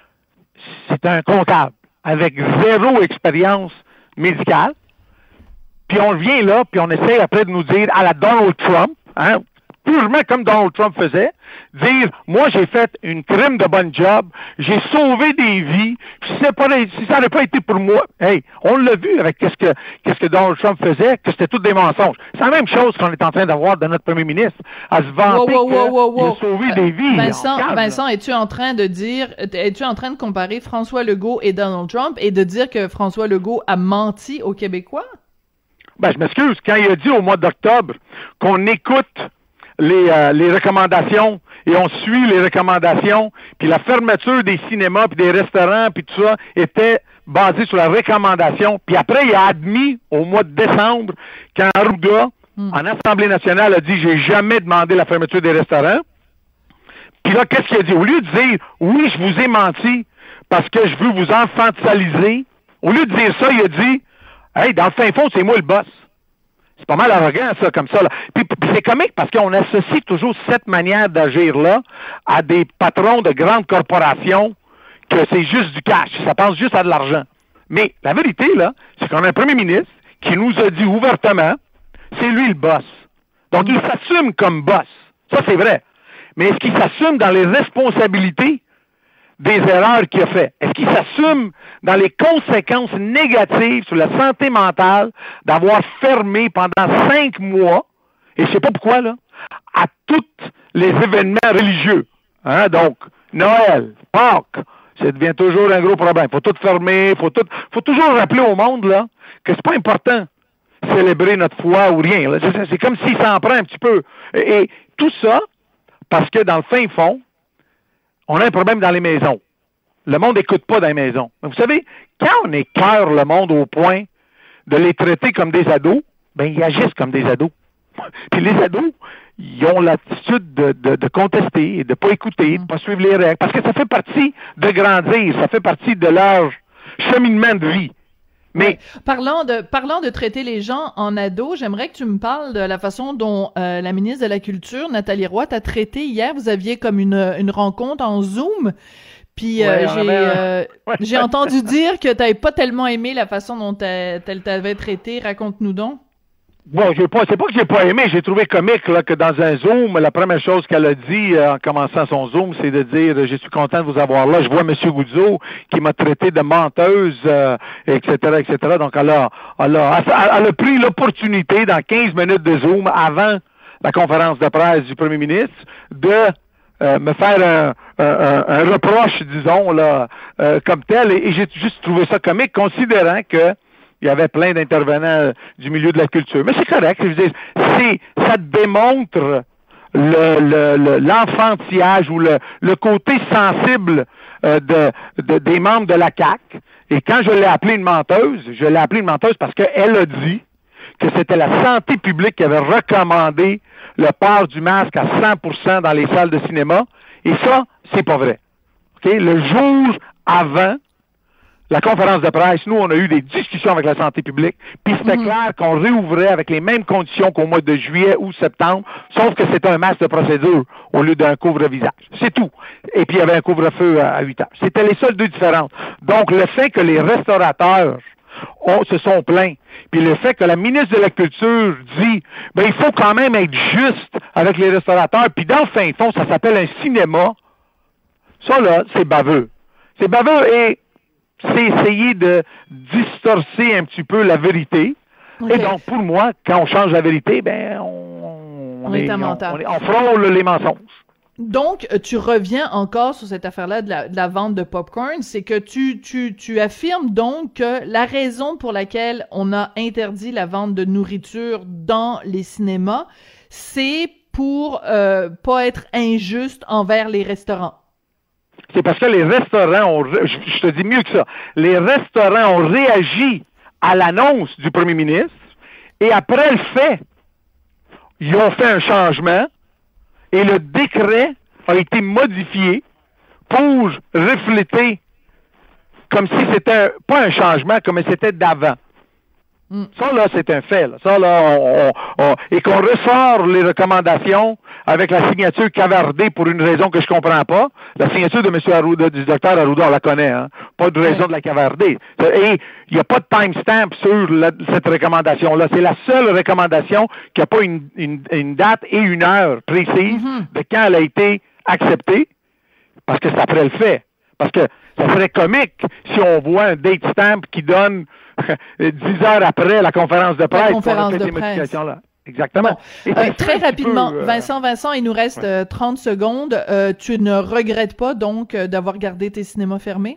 c'est un comptable avec zéro expérience médicale, puis on vient là, puis on essaie après de nous dire à la Donald Trump, hein, purement comme Donald Trump faisait, dire, moi j'ai fait une crime de bonne job, j'ai sauvé des vies, si, c'est pas, si ça n'avait pas été pour moi, hey, on l'a vu avec qu'est-ce que, qu'est-ce que Donald Trump faisait, que c'était tout des mensonges. C'est la même chose qu'on est en train d'avoir de notre premier ministre, à se vanter wow, wow, wow, wow, qu'il a sauvé euh, des vies. Vincent, calme, Vincent, es-tu en train de dire, es-tu en train de comparer François Legault et Donald Trump et de dire que François Legault a menti aux Québécois? Ben, je m'excuse, quand il a dit au mois d'octobre qu'on écoute Les, euh, les recommandations et on suit les recommandations, puis la fermeture des cinémas puis des restaurants puis tout ça était basée sur la recommandation. Puis après, il a admis au mois de décembre quand Arruda, mm. en Assemblée nationale, a dit « j'ai jamais demandé la fermeture des restaurants ». Puis là, qu'est-ce qu'il a dit? Au lieu de dire « oui, je vous ai menti parce que je veux vous infantiliser », au lieu de dire ça, il a dit « hey, dans le fin fond, c'est moi le boss ». C'est pas mal arrogant, ça, comme ça. Là. Puis, puis c'est comique parce qu'on associe toujours cette manière d'agir-là à des patrons de grandes corporations que c'est juste du cash, ça pense juste à de l'argent. Mais la vérité, là, c'est qu'on a un premier ministre qui nous a dit ouvertement, c'est lui le boss. Donc, il s'assume comme boss. Ça, c'est vrai. Mais est-ce qu'il s'assume dans les responsabilités des erreurs qu'il a faites? Est-ce qu'il s'assume dans les conséquences négatives sur la santé mentale d'avoir fermé pendant cinq mois, et je sais pas pourquoi, là, à tous les événements religieux? Hein? Donc, Noël, Pâques, ça devient toujours un gros problème. Faut tout fermer, faut tout, faut toujours rappeler au monde, là, que c'est pas important célébrer notre foi ou rien. Là. C'est, c'est comme s'il s'en prend un petit peu. Et, et tout ça, parce que dans le fin fond, on a un problème dans les maisons. Le monde n'écoute pas dans les maisons. Mais vous savez, quand on écœure le monde au point de les traiter comme des ados, ben ils agissent comme des ados. Puis les ados, ils ont l'attitude de, de, de contester, de ne pas écouter, de ne pas suivre les règles, parce que ça fait partie de grandir, ça fait partie de leur cheminement de vie. Mais parlant de parlant de traiter les gens en ados, j'aimerais que tu me parles de la façon dont euh, la ministre de la Culture, Nathalie Roy, t'a traité hier. Vous aviez comme une une rencontre en Zoom. Puis euh, ouais, j'ai euh, ouais. j'ai entendu dire que t'avais pas tellement aimé la façon dont elle t'avait traité. Raconte-nous donc. Bon, j'ai pas, c'est pas que j'ai pas aimé, j'ai trouvé comique là, que dans un Zoom, la première chose qu'elle a dit euh, en commençant son Zoom, c'est de dire « Je suis content de vous avoir là. Je vois M. Goudzo qui m'a traité de menteuse, euh, et cetera, et cetera » Donc, elle a, elle, a, elle a pris l'opportunité dans quinze minutes de Zoom avant la conférence de presse du premier ministre de euh, me faire un, un, un reproche, disons, là, euh, comme tel. Et, et j'ai juste trouvé ça comique, considérant que il y avait plein d'intervenants du milieu de la culture. Mais c'est correct, je veux dire, c'est, ça démontre le, le, le, l'enfantillage ou le, le côté sensible euh, de, de, des membres de la C A Q. Et quand je l'ai appelée une menteuse, je l'ai appelée une menteuse parce qu'elle a dit que c'était la santé publique qui avait recommandé le port du masque à cent pour cent dans les salles de cinéma. Et ça, c'est pas vrai. Okay? Le jour avant la conférence de presse, nous, on a eu des discussions avec la santé publique, puis c'était mmh. clair qu'on réouvrait avec les mêmes conditions qu'au mois de juillet ou septembre, sauf que c'était un masque de procédure au lieu d'un couvre-visage. C'est tout. Et puis, il y avait un couvre-feu à huit heures. C'était les seules deux différences. Donc, le fait que les restaurateurs ont, se sont plaints, puis le fait que la ministre de la Culture dit, ben, il faut quand même être juste avec les restaurateurs, puis dans le fin fond, ça s'appelle un cinéma, ça, là, c'est baveux. C'est baveux et c'est essayer de distorcer un petit peu la vérité. Okay. Et donc, pour moi, quand on change la vérité, ben, on, on, on est, est un menteur. On, on, on frôle les mensonges. Donc, tu reviens encore sur cette affaire-là de la, de la vente de popcorn, c'est que tu, tu, tu affirmes donc que la raison pour laquelle on a interdit la vente de nourriture dans les cinémas, c'est pour euh, pas être injuste envers les restaurants. c'est parce que les restaurants ont, je, je te dis mieux que ça, les restaurants ont réagi à l'annonce du premier ministre et après le fait, ils ont fait un changement et le décret a été modifié pour refléter comme si c'était pas un changement, comme si c'était d'avant. Mm. Ça, là, c'est un fait. Là. Ça, là, on, on, on, et qu'on ressort les recommandations avec la signature cavardée pour une raison que je comprends pas. La signature de M. Arruda, du docteur Arruda, on la connaît, hein. Pas de raison de la cavarder. Et il n'y a pas de timestamp sur la, cette recommandation-là. C'est la seule recommandation qui n'a pas une, une, une date et une heure précise mm-hmm. de quand elle a été acceptée, parce que c'est après le fait. Parce que ça serait comique si on voit un date stamp qui donne dix heures après la conférence de presse. La conférence de presse. Là. Exactement. Bon, euh, très rapidement, peu, euh... Vincent, Vincent, il nous reste ouais. euh, trente secondes. Euh, tu ne regrettes pas, donc, euh, d'avoir gardé tes cinémas fermés?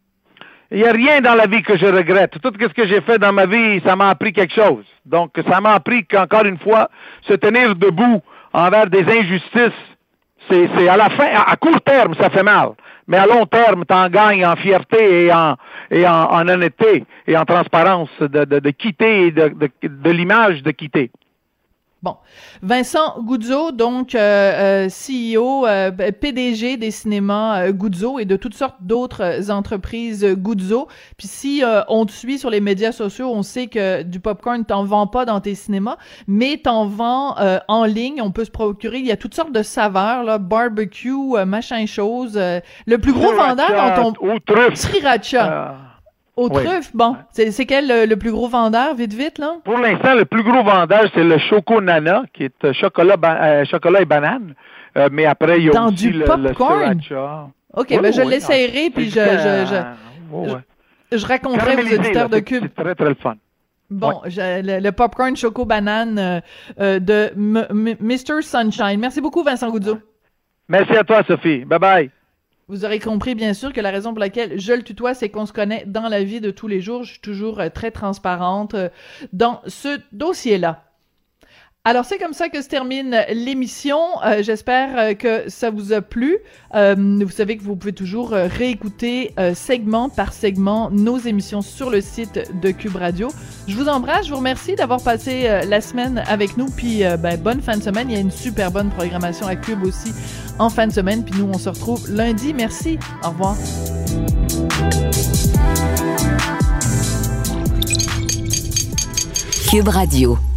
Il n'y a rien dans la vie que je regrette. Tout ce que j'ai fait dans ma vie, ça m'a appris quelque chose. Donc, ça m'a appris qu'encore une fois, se tenir debout envers des injustices, c'est, c'est à la fin, à, à court terme, ça fait mal. Mais à long terme, t'en gagnes en fierté et en et en, en honnêteté et en transparence de, de, de quitter et de, de, de l'image de quitter. Bon. Vincent Guzzo, donc euh, euh, C E O, euh, P D G des cinémas euh, Guzzo et de toutes sortes d'autres entreprises euh, Guzzo. Puis si euh, on te suit sur les médias sociaux, on sait que du popcorn, t'en vends pas dans tes cinémas, mais t'en vends euh, en ligne. On peut se procurer. Il y a toutes sortes de saveurs, là, barbecue, euh, machin chose. Euh, le plus gros Sriracha, vendeur dans ton... Au truffe. Sriracha. Euh... Au oui. truffe, bon. C'est, c'est quel le, le plus gros vendeur, vite, vite, là? Pour l'instant, le plus gros vendeur, c'est le Choco Nana, qui est chocolat, ba- euh, chocolat et banane. Euh, mais après, il y a Dans aussi du le, popcorn? le Sriracha. OK, oui, ben je oui, l'essayerai, puis je, je, je, oh, ouais. je, je raconterai aux auditeurs là, de Cube. C'est très, très le fun. Bon, ouais. je, le, le popcorn choco-banane euh, euh, de M- M- mister Sunshine. Merci beaucoup, Vincent Guzzo. Merci à toi, Sophie. Bye-bye. Vous aurez compris, bien sûr, que la raison pour laquelle je le tutoie, c'est qu'on se connaît dans la vie de tous les jours. Je suis toujours euh, très transparente euh, dans ce dossier-là. Alors, c'est comme ça que se termine l'émission. Euh, j'espère euh, que ça vous a plu. Euh, vous savez que vous pouvez toujours euh, réécouter euh, segment par segment nos émissions sur le site de Cube Radio. Je vous embrasse. Je vous remercie d'avoir passé euh, la semaine avec nous. Puis, euh, ben, bonne fin de semaine. Il y a une super bonne programmation à Cube aussi en fin de semaine. Puis nous, on se retrouve lundi. Merci. Au revoir. Cube Radio.